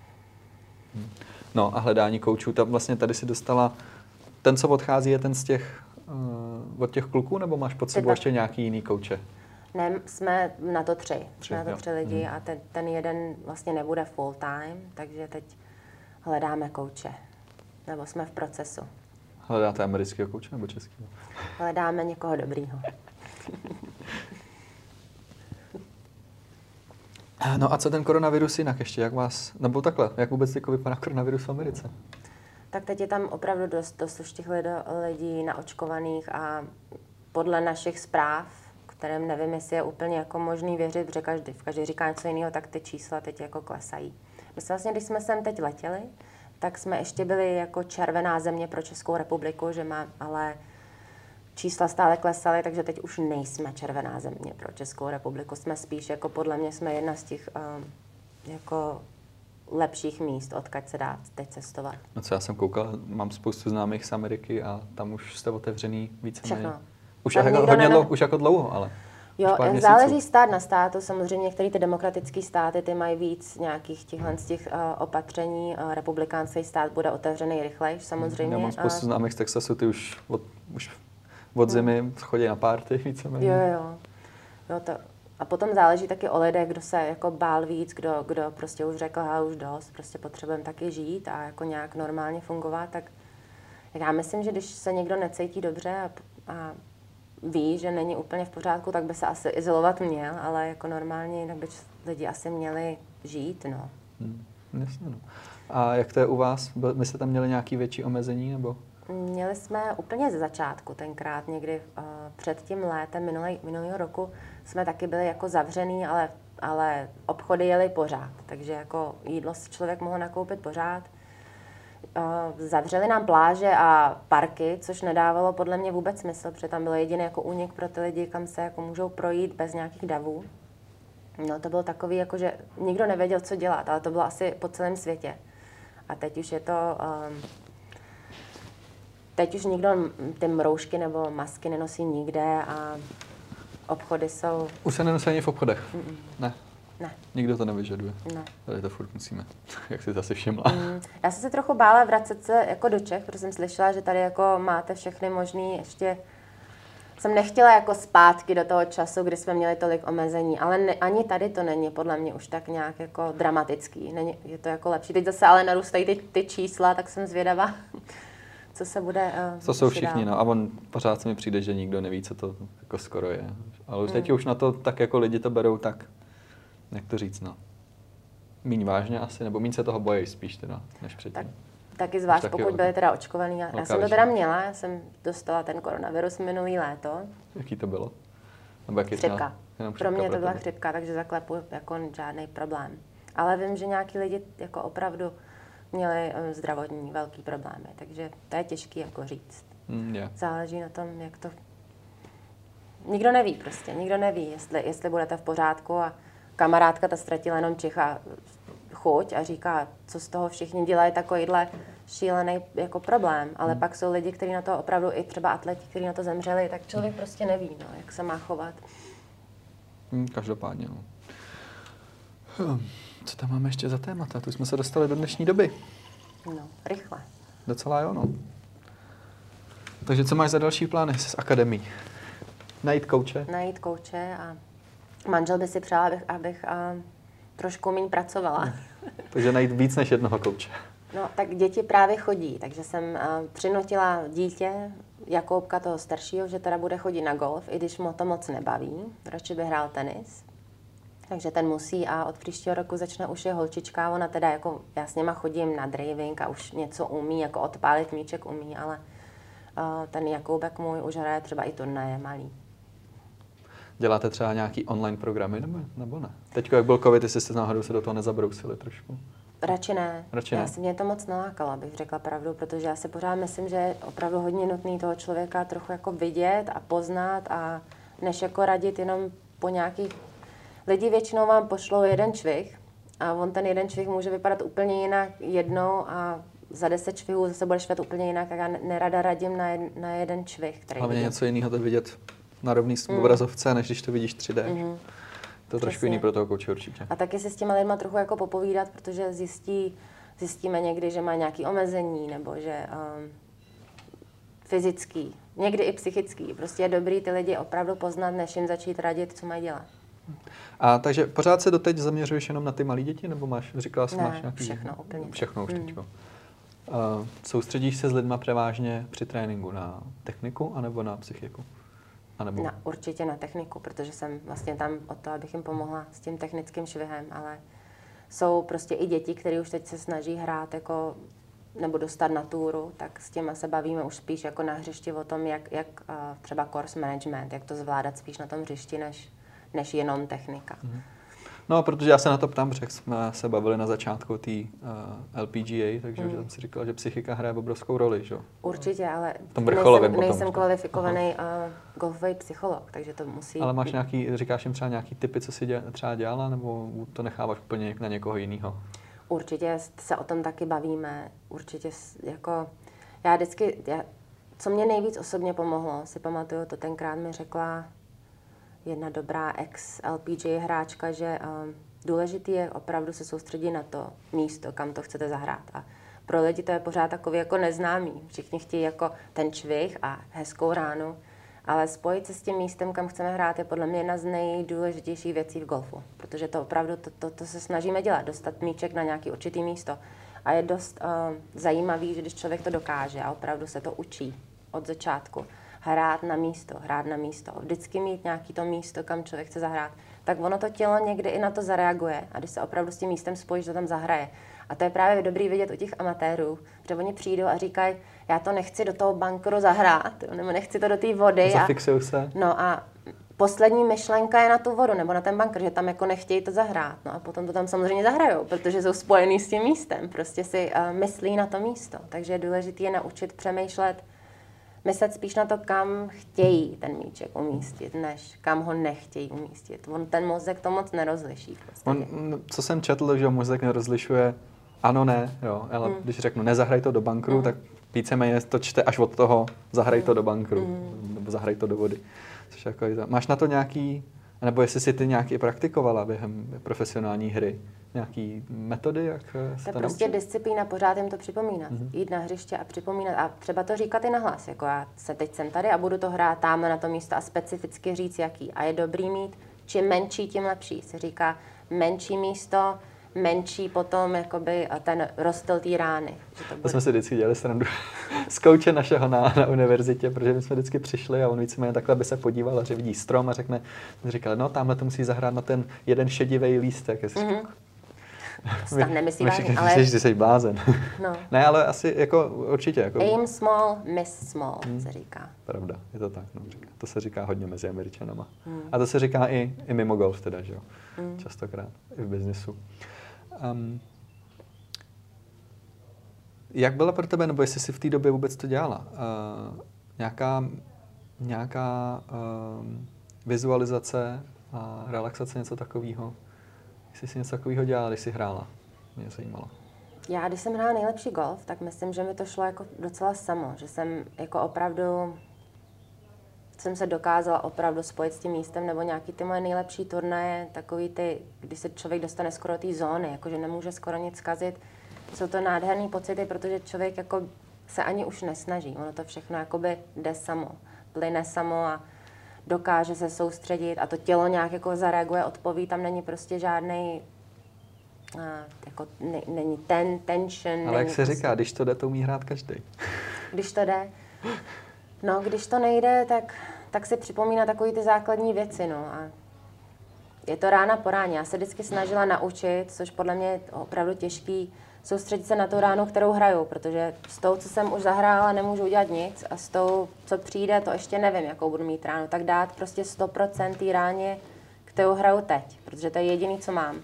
No a hledání koučů, tam vlastně tady si dostala, ten, co odchází, je ten z těch, od těch kluků, nebo máš pod sebou ještě nějaký jiný kouče? Ne, jsme na to 3. Jsme na to 3 lidi a ten jeden vlastně nebude full time, takže teď hledáme kouče. Nebo jsme v procesu. Hledáte amerického kouče nebo českého? Hledáme někoho dobrýho. No a co ten koronavirus jinak ještě? Jak vůbec vypadá koronavirus v Americe? Tak teď je tam opravdu dost už těch lidí naočkovaných a podle našich zpráv, kterým nevím, jestli je úplně jako možný věřit, protože každý říká něco jiného, tak ty čísla teď jako klesají. My vlastně, když jsme sem teď letěli, tak jsme ještě byli jako červená země pro Českou republiku, ale čísla stále klesaly, takže teď už nejsme červená země pro Českou republiku. Jsme spíš, jako podle mě, jsme jedna z těch jako lepších míst, odkud se dá teď cestovat. No co já jsem koukal, mám spoustu známých z Ameriky a tam už jste otevřený víceméně. Už jako dlouho, ale jo, záleží stát na státu. Samozřejmě některé ty demokratické státy ty mají víc nějakých těch opatření. Republikánský stát bude otevřený rychleji, samozřejmě. Já mám spoustu známých z Texasu, ty už od zimy chodí na party víceméně. Jo, a potom záleží taky o lidech, kdo se jako bál víc, kdo prostě už řekl, už dost, prostě potřebujeme taky žít a jako nějak normálně fungovat, tak já myslím, že když se někdo necítí dobře a ví, že není úplně v pořádku, tak by se asi izolovat měl, ale jako normálně jinak by lidi asi měli žít, no. Jasně, no. A jak to je u vás? My jste tam měli nějaké větší omezení, nebo? Měli jsme úplně ze začátku tenkrát, někdy před tím létem minulého roku jsme taky byli jako zavřený, ale obchody jeli pořád, takže jako jídlo si člověk mohl nakoupit pořád. Zavřeli nám pláže a parky, což nedávalo podle mě vůbec smysl, protože tam byl jediný jako únik pro ty lidi, kam se jako můžou projít bez nějakých davů. No to bylo takový, jako že nikdo nevěděl, co dělat, ale to bylo asi po celém světě. A teď už je to... Teď už nikdo ty roušky nebo masky nenosí nikde a obchody jsou... Už se nenosí ani v obchodech? Ne. Ne. Nikdo to nevyžaduje? Ne. Tady to furt musíme. Jak jsi zase všimla? Já jsem se trochu bála vracet se jako do Čech, protože jsem slyšela, že tady jako máte všechny možný ještě... Jsem nechtěla jako zpátky do toho času, kdy jsme měli tolik omezení, ale ani tady to není podle mě už tak nějak jako dramatický. Je to jako lepší. Teď zase ale narůstají ty čísla, tak jsem zvědavá, co se bude To jsou všichni, no. A pořád se mi přijde, že nikdo neví, co to jako skoro je. Ale už teď už na to tak jako lidi to berou tak, jak to říct, no. Míň vážně asi, nebo míň se toho bojí spíš teda, než předtím. Taky zvlášť, pokud byli teda očkovaný. Já jsem to teda měla, já jsem dostala ten koronavirus minulý léto. Jaký to bylo? Nebo jaký chřipka. Pro mě to byla chřipka, takže zaklepu jako žádný problém. Ale vím, že nějaký lidi jako opravdu měli zdravotní velký problémy, takže to je těžký jako říct. Záleží na tom, jak to... Nikdo neví prostě, nikdo neví, jestli budete v pořádku a kamarádka ta ztratila jenom čicha chuť a říká, co z toho všichni dělají takovýhle šílený jako problém, ale pak jsou lidi, kteří na to opravdu, i třeba atleti, kteří na to zemřeli, tak člověk prostě neví, no, jak se má chovat. Každopádně, no. Co tam máme ještě za témata? Tu jsme se dostali do dnešní doby. No, rychle. Docela jo, no. Takže co máš za další plány s akademií? Najít kouče? Najít kouče a manžel by si přál, abych trošku méně pracovala. Takže najít víc než jednoho kouče. No, tak děti právě chodí, takže jsem přinutila dítě, Jakoubka toho staršího, že teda bude chodit na golf, i když mu to moc nebaví, radši by hrál tenis. Takže ten musí a od příštího roku začne už je holčička, ona teda jako, já s něma chodím na driving a už něco umí, jako odpálit míček umí, ale ten Jakoubek můj už hraje třeba i turnaje malý. Děláte třeba nějaký online programy nebo ne? Teď, jak byl covid, jestli jste náhodou se do toho nezabrousili trošku? Radši ne. Radši ne. Já si mě to moc nalákala, bych řekla pravdu, protože já si pořád myslím, že je opravdu hodně nutný toho člověka trochu jako vidět a poznat a než jako radit jenom po nějakých... Lidi většinou vám pošlou jeden čvih a on ten jeden čvih může vypadat úplně jinak jednou a za 10 čvihů zase bude švet úplně jinak a já nerada radím na jeden čvih, který hlavně vidím. něco jiného to vidět na rovný obrazovce, než když to vidíš 3D. To je trošku jiný pro toho kouče určitě. A taky si s těma lidma trochu jako popovídat, protože zjistíme někdy, že má nějaké omezení nebo že fyzický, někdy i psychický. Prostě je dobrý ty lidi opravdu poznat, než jim začít radit, co mají dělat. A takže pořád se doteď zaměřuješ jenom na ty malé děti, nebo říkala jsi, máš nějaký... všechno úplně. Všechno už teďko. Soustředíš se s lidma převážně při tréninku na techniku, anebo na psychiku? Určitě na techniku, protože jsem vlastně tam o to, abych jim pomohla s tím technickým švihem, ale jsou prostě i děti, které už teď se snaží hrát jako, nebo dostat na túru, tak s těma se bavíme už spíš jako na hřišti o tom, jak třeba course management, jak to zvládat spíš na tom hřišti, než jenom technika. No, protože já se na to ptám, protože jsme se bavili na začátku té LPGA, takže už jsem si říkal, že psychika hraje obrovskou roli, že? Určitě, ale nejsem kvalifikovaný golfový psycholog, takže to musí... Ale máš říkáš jim třeba nějaký tipy, co si třeba dělala, nebo to necháváš úplně na někoho jiného? Určitě se o tom taky bavíme, určitě jako... Co mě nejvíc osobně pomohlo, si pamatuju, to tenkrát mi řekla jedna dobrá ex-LPGA hráčka, že důležitý je opravdu se soustředit na to místo, kam to chcete zahrát. A pro lidi to je pořád takový jako neznámý. Všichni chtějí jako ten čvih a hezkou ránu, ale spojit se s tím místem, kam chceme hrát, je podle mě jedna z nejdůležitějších věcí v golfu. Protože to opravdu, to se snažíme dělat, dostat míček na nějaký určitý místo. A je dost zajímavý, že když člověk to dokáže a opravdu se to učí od začátku, hrát na místo, vždycky mít nějaký to místo, kam člověk chce zahrát, tak ono to tělo někdy i na to zareaguje a když se opravdu s tím místem spojíš, to tam zahraje. A to je právě dobrý vidět u těch amatérů, protože oni přijdou a říkají, já to nechci do toho bunkru zahrát, nebo nechci to do té vody. Zafixují se. No a poslední myšlenka je na tu vodu nebo na ten bunkr, že tam jako nechtějí to zahrát. No a potom to tam samozřejmě zahrajou, protože jsou spojený s tím místem, prostě si myslí na to místo. Takže je důležité je naučit přemýšlet, myslet spíš na to, kam chtějí ten míček umístit, než kam ho nechtějí umístit. Ten mozek to moc nerozliší. Co jsem četl, že mozek nerozlišuje ano, ne, jo, ale když řeknu nezahraj to do bunkru, tak víceméně to čte až od toho zahraj to do bunkru, nebo zahraj to do vody. Což jako máš na to nějaký, nebo jestli si ty nějaký praktikovala během profesionální hry, nějaký metody, jak se to prostě disciplína, pořád jim to připomínat. Jít na hřiště a připomínat a třeba to říkat i nahlas, jako já teď jsem tady a budu to hrát tamhle na to místo a specificky říct jaký. A je dobrý mít, čím menší, tím lepší. Se říká menší místo, menší potom jakoby ten rozstyl té rány. To jsme si vždycky dělali srandu z kouče našeho na univerzitě, protože my jsme vždycky přišli a on víceméně takhle by se podíval a že vidí strom a říkal, no tamhle to musí zahrát na ten jeden šedivý lístek. Nemyslí vážně, ale... Myslíš, že jsi blázen. No. Ne, ale asi jako určitě. Jako... Aim small, miss small, se říká. Pravda, je to tak. No, to se říká hodně mezi Američanama. A to se říká i mimo golf teda, že jo? Častokrát, i v biznesu. Jak byla pro tebe, nebo jestli jsi v té době vůbec to dělala? Nějaká vizualizace a relaxace, něco takového? Jestli jsi něco takového dělala, když jsi hrála? Mě zajímalo. Já, když jsem hrála nejlepší golf, tak myslím, že mi to šlo jako docela samo, že jsem jako opravdu jsem se dokázala opravdu spojit s tím místem, nebo nějaký ty moje nejlepší turnaje, takový ty, když se člověk dostane skoro do té zóny, jakože nemůže skoro nic zkazit. Jsou to nádherný pocity, protože člověk jako se ani už nesnaží, ono to všechno jakoby jde samo, plyne samo a dokáže se soustředit a to tělo nějak jako zareaguje, odpoví, tam není prostě žádnej jako není ten tension. Ale jak se říká, když to jde, to umí hrát každý. Když to jde. No, když to nejde, tak si připomíná takový ty základní věci, no. A je to rána po ráně. Já se vždycky snažila naučit, což podle mě je opravdu těžký, soustředit se na tu ránu, kterou hraju, protože s tou, co jsem už zahrála, nemůžu udělat nic a s tou, co přijde, to ještě nevím, jakou budu mít ránu. Tak dát prostě 100% té ráně, kterou hraju teď, protože to je jediný, co mám.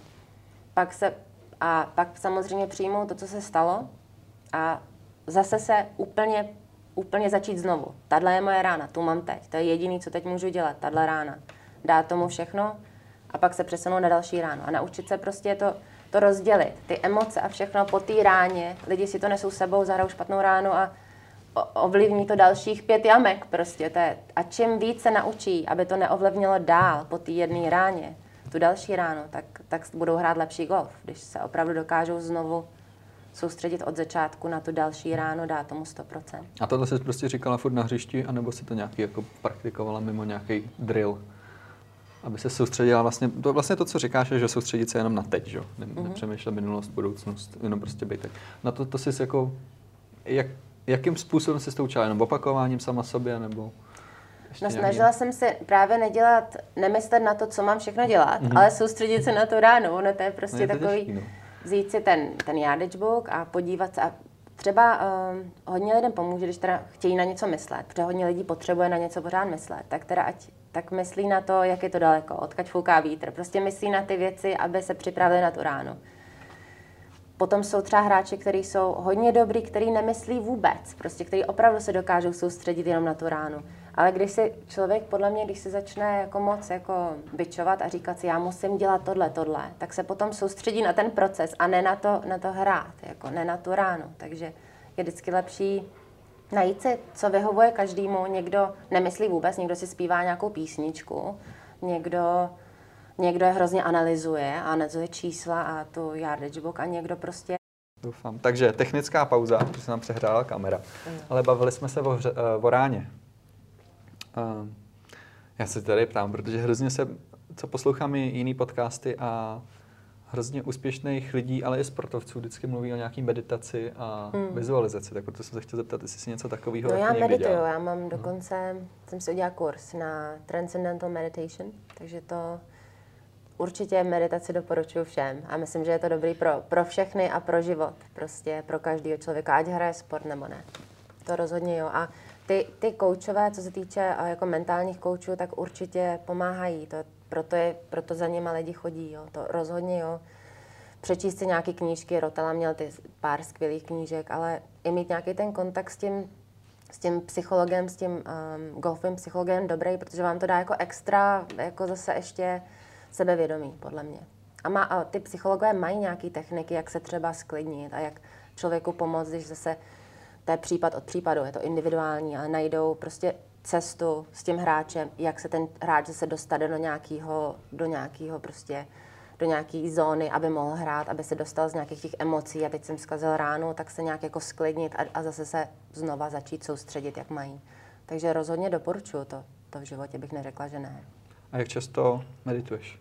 Pak samozřejmě přijmou to, co se stalo a zase se úplně začít znovu. Tahle je moje rána, tu mám teď. To je jediný, co teď můžu dělat, tahle rána. Dát tomu všechno a pak se přesunout na další ránu. A naučit se prostě to rozdělit. Ty emoce a všechno po té ráně. Lidi si to nesou sebou, zahrajou špatnou ránu a ovlivní to dalších 5 jamek prostě. A čím víc se naučí, aby to neovlivnilo dál po té jedné ráně, tu další ránu, tak budou hrát lepší golf. Když se opravdu dokážou znovu soustředit od začátku na tu další ráno, dá tomu 100%. A tohle jsi prostě říkala furt na hřišti, anebo si to nějaký jako praktikovala mimo nějaký drill? Aby se soustředila vlastně to, co říkáš, je, že soustředit se jenom na teď, že? Nepřemýšlet minulost, budoucnost, jenom prostě být tak. Na to jsi jako, jakým způsobem jsi to učila? Jenom opakováním sama sobě, nebo? No, snažila jsem se právě nemyslet na to, co mám všechno dělat, ale soustředit se na tu ránu. Ono to je prostě takový, vzít si ten yardage book a podívat se. A třeba hodně lidem pomůže, když teda chtějí na něco myslet, protože hodně lidí potřebuje na něco pořád myslet, tak teda tak myslí na to, jak je to daleko, odkud fouká vítr. Prostě myslí na ty věci, aby se připravili na tu ránu. Potom jsou třeba hráči, kteří jsou hodně dobrý, kteří nemyslí vůbec, prostě kteří opravdu se dokážou soustředit jenom na tu ránu. Ale když si člověk, podle mě, když se začne jako moc jako bičovat a říkat si, já musím dělat tohle, tak se potom soustředí na ten proces a ne na to hrát, jako ne na tu ránu. Takže je vždycky lepší najít si, co vyhovuje každému. Někdo nemyslí vůbec, někdo si zpívá nějakou písničku, někdo je hrozně analyzuje čísla a tu yardage book a někdo prostě... Doufám. Takže technická pauza, protože se nám přehrála kamera, ale bavili jsme se o ráně. Já se tady ptám, protože hrozně co poslouchám i jiný podcasty a hrozně úspěšných lidí, ale i sportovců vždycky mluví o nějaký meditaci a vizualizaci, tak proto jsem se chtěl zeptat, jestli si něco takového já medituju, já mám dokonce, jsem si udělala kurz na Transcendental Meditation, takže to určitě meditaci doporučuji všem a myslím, že je to dobrý pro všechny a pro život, prostě pro každého člověka, ať hraje sport nebo ne. To rozhodně jo. A ty koučové, co se týče jako mentálních koučů, tak určitě pomáhají. Proto za nima lidi chodí, jo. To rozhodně jo. Přečíst si nějaké knížky, Rotella měl ty pár skvělých knížek, ale i mít nějaký ten kontakt s tím psychologem, s tím golfovým psychologem dobrý, protože vám to dá jako extra, jako zase ještě sebevědomí, podle mě. A ty psychologové mají nějaké techniky, jak se třeba sklidnit a jak člověku pomoct, když zase to je případ od případu, je to individuální, ale najdou prostě cestu s tím hráčem, jak se ten hráč zase dostane do nějaký zóny, aby mohl hrát, aby se dostal z nějakých těch emocí a teď jsem zkazil ránu, tak se nějak jako sklidnit a zase se znova začít soustředit, jak mají. Takže rozhodně doporučuju to v životě, bych neřekla, že ne. A jak často medituješ?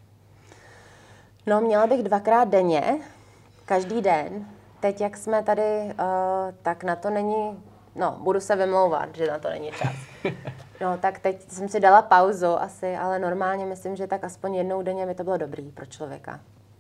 No, měla bych 2krát denně, každý den. Teď, jak jsme tady, tak na to není, budu se vymlouvat, že na to není čas. No, tak teď jsem si dala pauzu asi, ale normálně myslím, že tak aspoň jednou denně by to bylo dobrý pro člověka.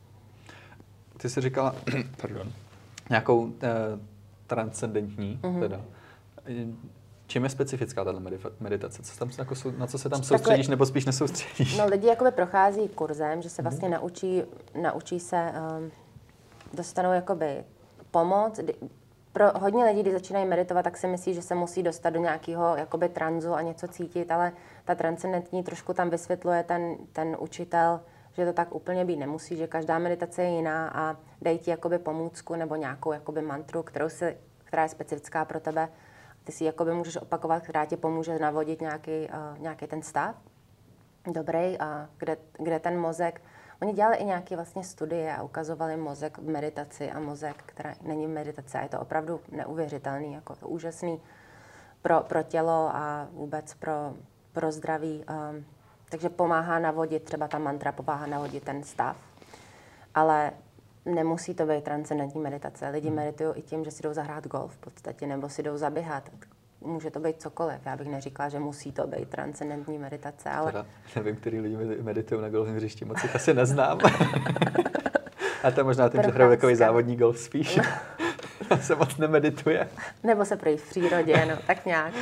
Ty jsi říkala, nějakou transcendentní, teda. Čím je specifická tato meditace? Na co se tam soustředíš nebo spíš nesoustředíš? No, lidi jakoby prochází kurzem, že se vlastně naučí se, dostanou jakoby pomoc. Pro hodně lidí, když začínají meditovat, tak si myslí, že se musí dostat do nějakého jakoby tranzu a něco cítit, ale ta transcendentní trošku tam vysvětluje ten učitel že to tak úplně být nemusí, že každá meditace je jiná a dají ti jakoby pomůcku nebo nějakou jakoby mantru, která je specifická pro tebe. Ty si jakoby můžeš opakovat, která ti pomůže navodit nějaký ten stav dobrý, a kde ten mozek. Oni dělali i nějaké vlastně studie a ukazovali mozek v meditaci a mozek, která není meditace. A je to opravdu neuvěřitelný, jako to úžasný pro tělo a vůbec pro zdraví. Takže pomáhá navodit, třeba ta mantra pomáhá navodit ten stav. Ale nemusí to být transcendentní meditace. Lidi meditují i tím, že si jdou zahrát golf v podstatě, nebo si jdou zaběhat. Může to být cokoliv. Já bych neříkala, že musí to být transcendentní meditace, ale... Teda nevím, který lidi meditují na golfovém hřišti, moc jich asi neznám. A to je možná tím, že hrajou takový závodní golf spíš. Se moc nemedituje. Nebo se projít v přírodě, no, tak nějak.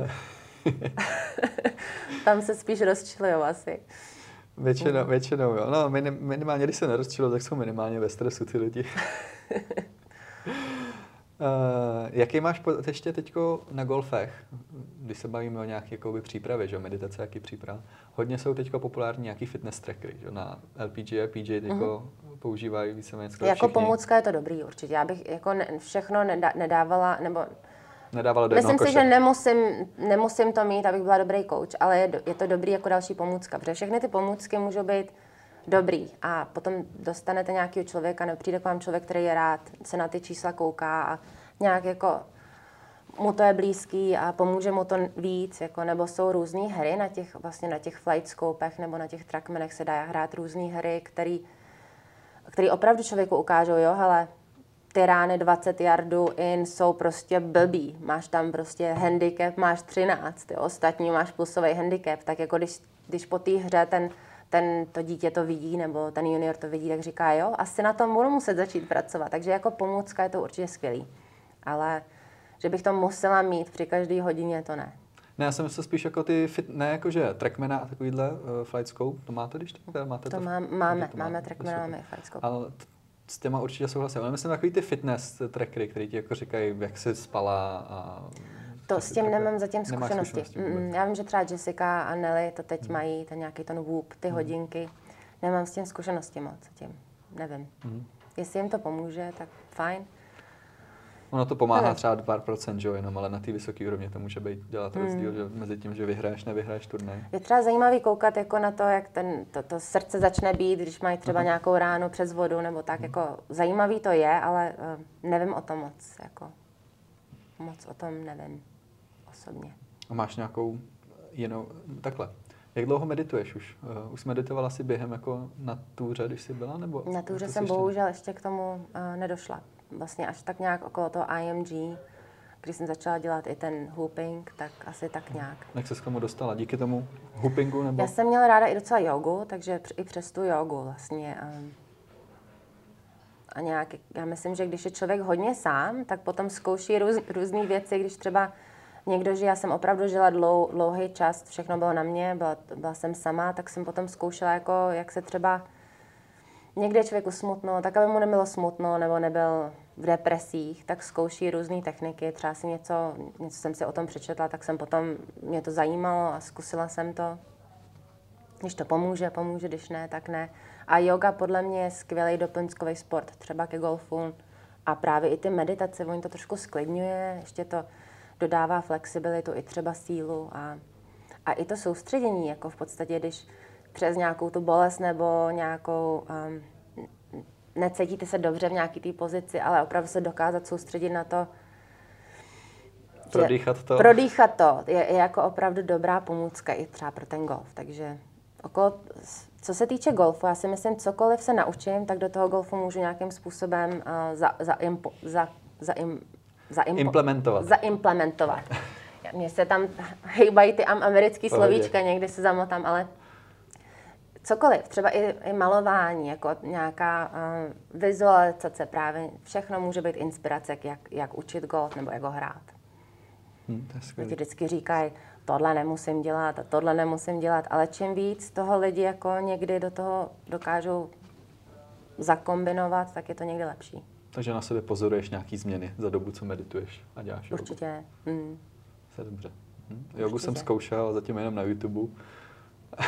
Tam se spíš rozčilujou asi. Většinou jo. No, minimálně, když se nerozčilují, tak jsou minimálně ve stresu ty lidi. Jaký máš ještě teďko na golfech, když se bavíme o nějaké přípravě, že meditace, jaký příprav? Hodně jsou teďko populární nějaký fitness trackery, že na LPGA, PGA teďko používají víceméně skoro jako všichni. pomůcka je to dobrý určitě. Já bych jako všechno nedávala, nebo nedávala do myslím koše. si, že nemusím to mít, abych byla dobrý coach, ale je to dobrý jako další pomůcka, protože všechny ty pomůcky můžou být dobrý a potom dostanete nějakého člověka, nebo přijde k vám člověk, který je rád, se na ty čísla kouká a nějak jako mu to je blízký a pomůže mu to víc, jako, nebo jsou různé hry na těch flight scopech nebo na těch trackmanech se dá hrát různé hry, který opravdu člověku ukážou, jo, hele, ty rány 20 yardů in jsou prostě blbý. Máš tam prostě handicap, máš 13, jo, ostatní máš plusový handicap, tak jako když po té hře to dítě to vidí, nebo ten junior to vidí, tak říká, jo, asi na tom budu muset začít pracovat. Takže jako pomůcka je to určitě skvělý. Ale že bych to musela mít při každé hodině, to ne. Ne, já jsem myslel spíš jako ne jakože trackmana a takovýhle flight scope, to máte, když máte to? Máme trackmana, máme flight scope. Ale s těma určitě souhlasím. Ale myslím takový ty fitness trackery, který ti jako říkají, jak jsi spala a... To s tím nemám zatím zkušenosti. Já vím, že třeba Jessica a Nelly to teď mají, ten nějaký ten Whoop, ty hodinky. Nemám s tím zkušenosti moc zatím. Nevím. Jestli jim to pomůže, tak fajn. Ono to pomáhá třeba 2%, že jo, jenom, ale na té vysoké úrovni to může dělat rozdíl, že mezi tím, že vyhraješ, nevyhraješ turnaj. Je třeba zajímavý koukat jako na to, jak to srdce začne být, když mají třeba nějakou ránu přes vodu, nebo tak, jako zajímavý to je, ale nevím o tom moc, jako moc o tom nevím osobně. A máš nějakou jinou, takhle, jak dlouho medituješ už? Už jsi meditovala si během jako na túře, když jsi byla, nebo? Na túře jsem bohužel ještě k tomu nedošla. Vlastně až tak nějak okolo toho IMG, když jsem začala dělat i ten hooping, tak asi tak nějak. Jak se k tomu dostala? Díky tomu hoopingu, nebo? Já jsem měla ráda i docela jogu, takže i přes tu jogu vlastně. A nějak, já myslím, že když je člověk hodně sám, tak potom zkouší různé věci, když třeba někdo žije, já jsem opravdu žila dlouhý čas, všechno bylo na mě, byla jsem sama, tak jsem potom zkoušela, jako, jak se třeba někde je člověku smutno, tak aby mu nebylo smutno nebo nebyl v depresích, tak zkouší různé techniky. Třeba si něco jsem si o tom přečetla, tak jsem potom, mě to zajímalo a zkusila jsem to. Když to pomůže, když ne, tak ne. A yoga podle mě je skvělý doplňkový sport, třeba ke golfu. A právě i ty meditace, oni to trošku sklidňuje, ještě to dodává flexibilitu, i třeba sílu a i to soustředění, jako v podstatě, když přes nějakou tu bolest nebo nějakou, necítíte se dobře v nějaké té pozici, ale opravdu se dokázat soustředit na to, Prodýchat to je jako opravdu dobrá pomůcka i třeba pro ten golf. Takže co se týče golfu, já si myslím, cokoliv se naučím, tak do toho golfu můžu nějakým způsobem zaimplementovat. Mně se tam hejbají ty americký slovíčka, někdy se zamotám, ale cokoliv, třeba i malování, jako nějaká vizualizace právě, všechno může být inspirace, jak učit golf nebo jak ho hrát. Lidi vždycky říkají, tohle nemusím dělat, ale čím víc toho lidi jako někdy do toho dokážou zakombinovat, tak je to někdy lepší. Takže na sebe pozoruješ nějaký změny za dobu, co medituješ a děláš jogu? Určitě. To je dobře. Jogu jsem zkoušel, zatím jenom na YouTube.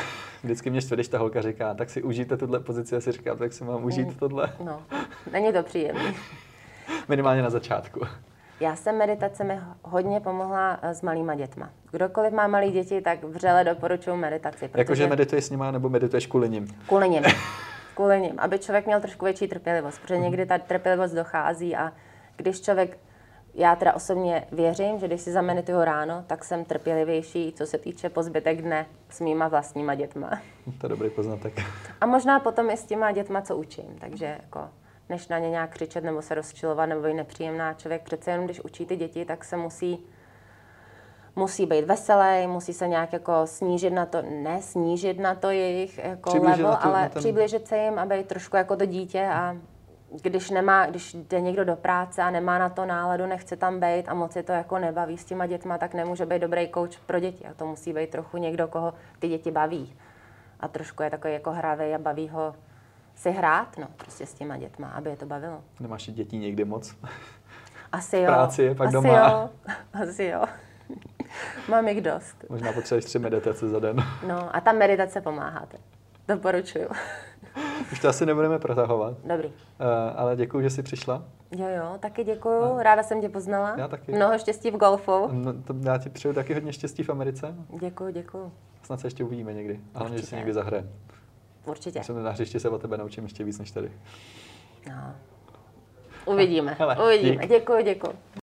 Vždycky mě štve, když ta holka říká, tak si užijte tuhle pozici, a si říkám, tak si mám užít tohle. No, není to příjemné. Minimálně na začátku. Meditace mi hodně pomohla s malýma dětma. Kdokoliv má malé děti, tak vřele doporučuji meditaci. Jakože medituješ s nima, nebo medituješ kvůli nim? Kvůli nim. Kvůli nim, aby člověk měl trošku větší trpělivost, protože někdy ta trpělivost dochází a když člověk, já teda osobně věřím, že když si zamedituju ráno, tak jsem trpělivější, co se týče po zbytek dne s mýma vlastníma dětma. To je dobrý poznatek. A možná potom i s těma dětma, co učím, takže jako než na ně nějak křičet nebo se rozčilovat nebo být nepříjemná, člověk přece jenom, když učí ty děti, tak se musí být veselý, musí se nějak jako snížit na to jejich jako level, ale přiblížit se jim a být trošku jako to dítě a když jde někdo do práce a nemá na to náladu, nechce tam být a moc je to jako nebaví s těma dětma, tak nemůže být dobrý coach pro děti. A to musí být trochu někdo, koho ty děti baví. A trošku je takový jako hravý a baví ho si hrát, no, prostě s těma dětma, aby je to bavilo. Nemáš dětí někdy moc? Asi jo. Práci je pak asi doma. Jo. Asi jo. Mám jich dost. Možná potřebuješ 3 meditace za den. No a ta meditace pomáhá. Doporučuju. Už to asi nebudeme protahovat. Dobrý. Ale děkuji, že jsi přišla. Jo, taky děkuju. Ráda jsem tě poznala. Já taky. Mnoho štěstí v golfu. No, já ti přeju taky hodně štěstí v Americe. Děkuju. Snad se ještě uvidíme někdy. A hlavně, že si někdy zahraje. Určitě. Jsem na hřišti se o tebe naučím ještě víc než tady. No. Uvidíme. Hele, Děkuju.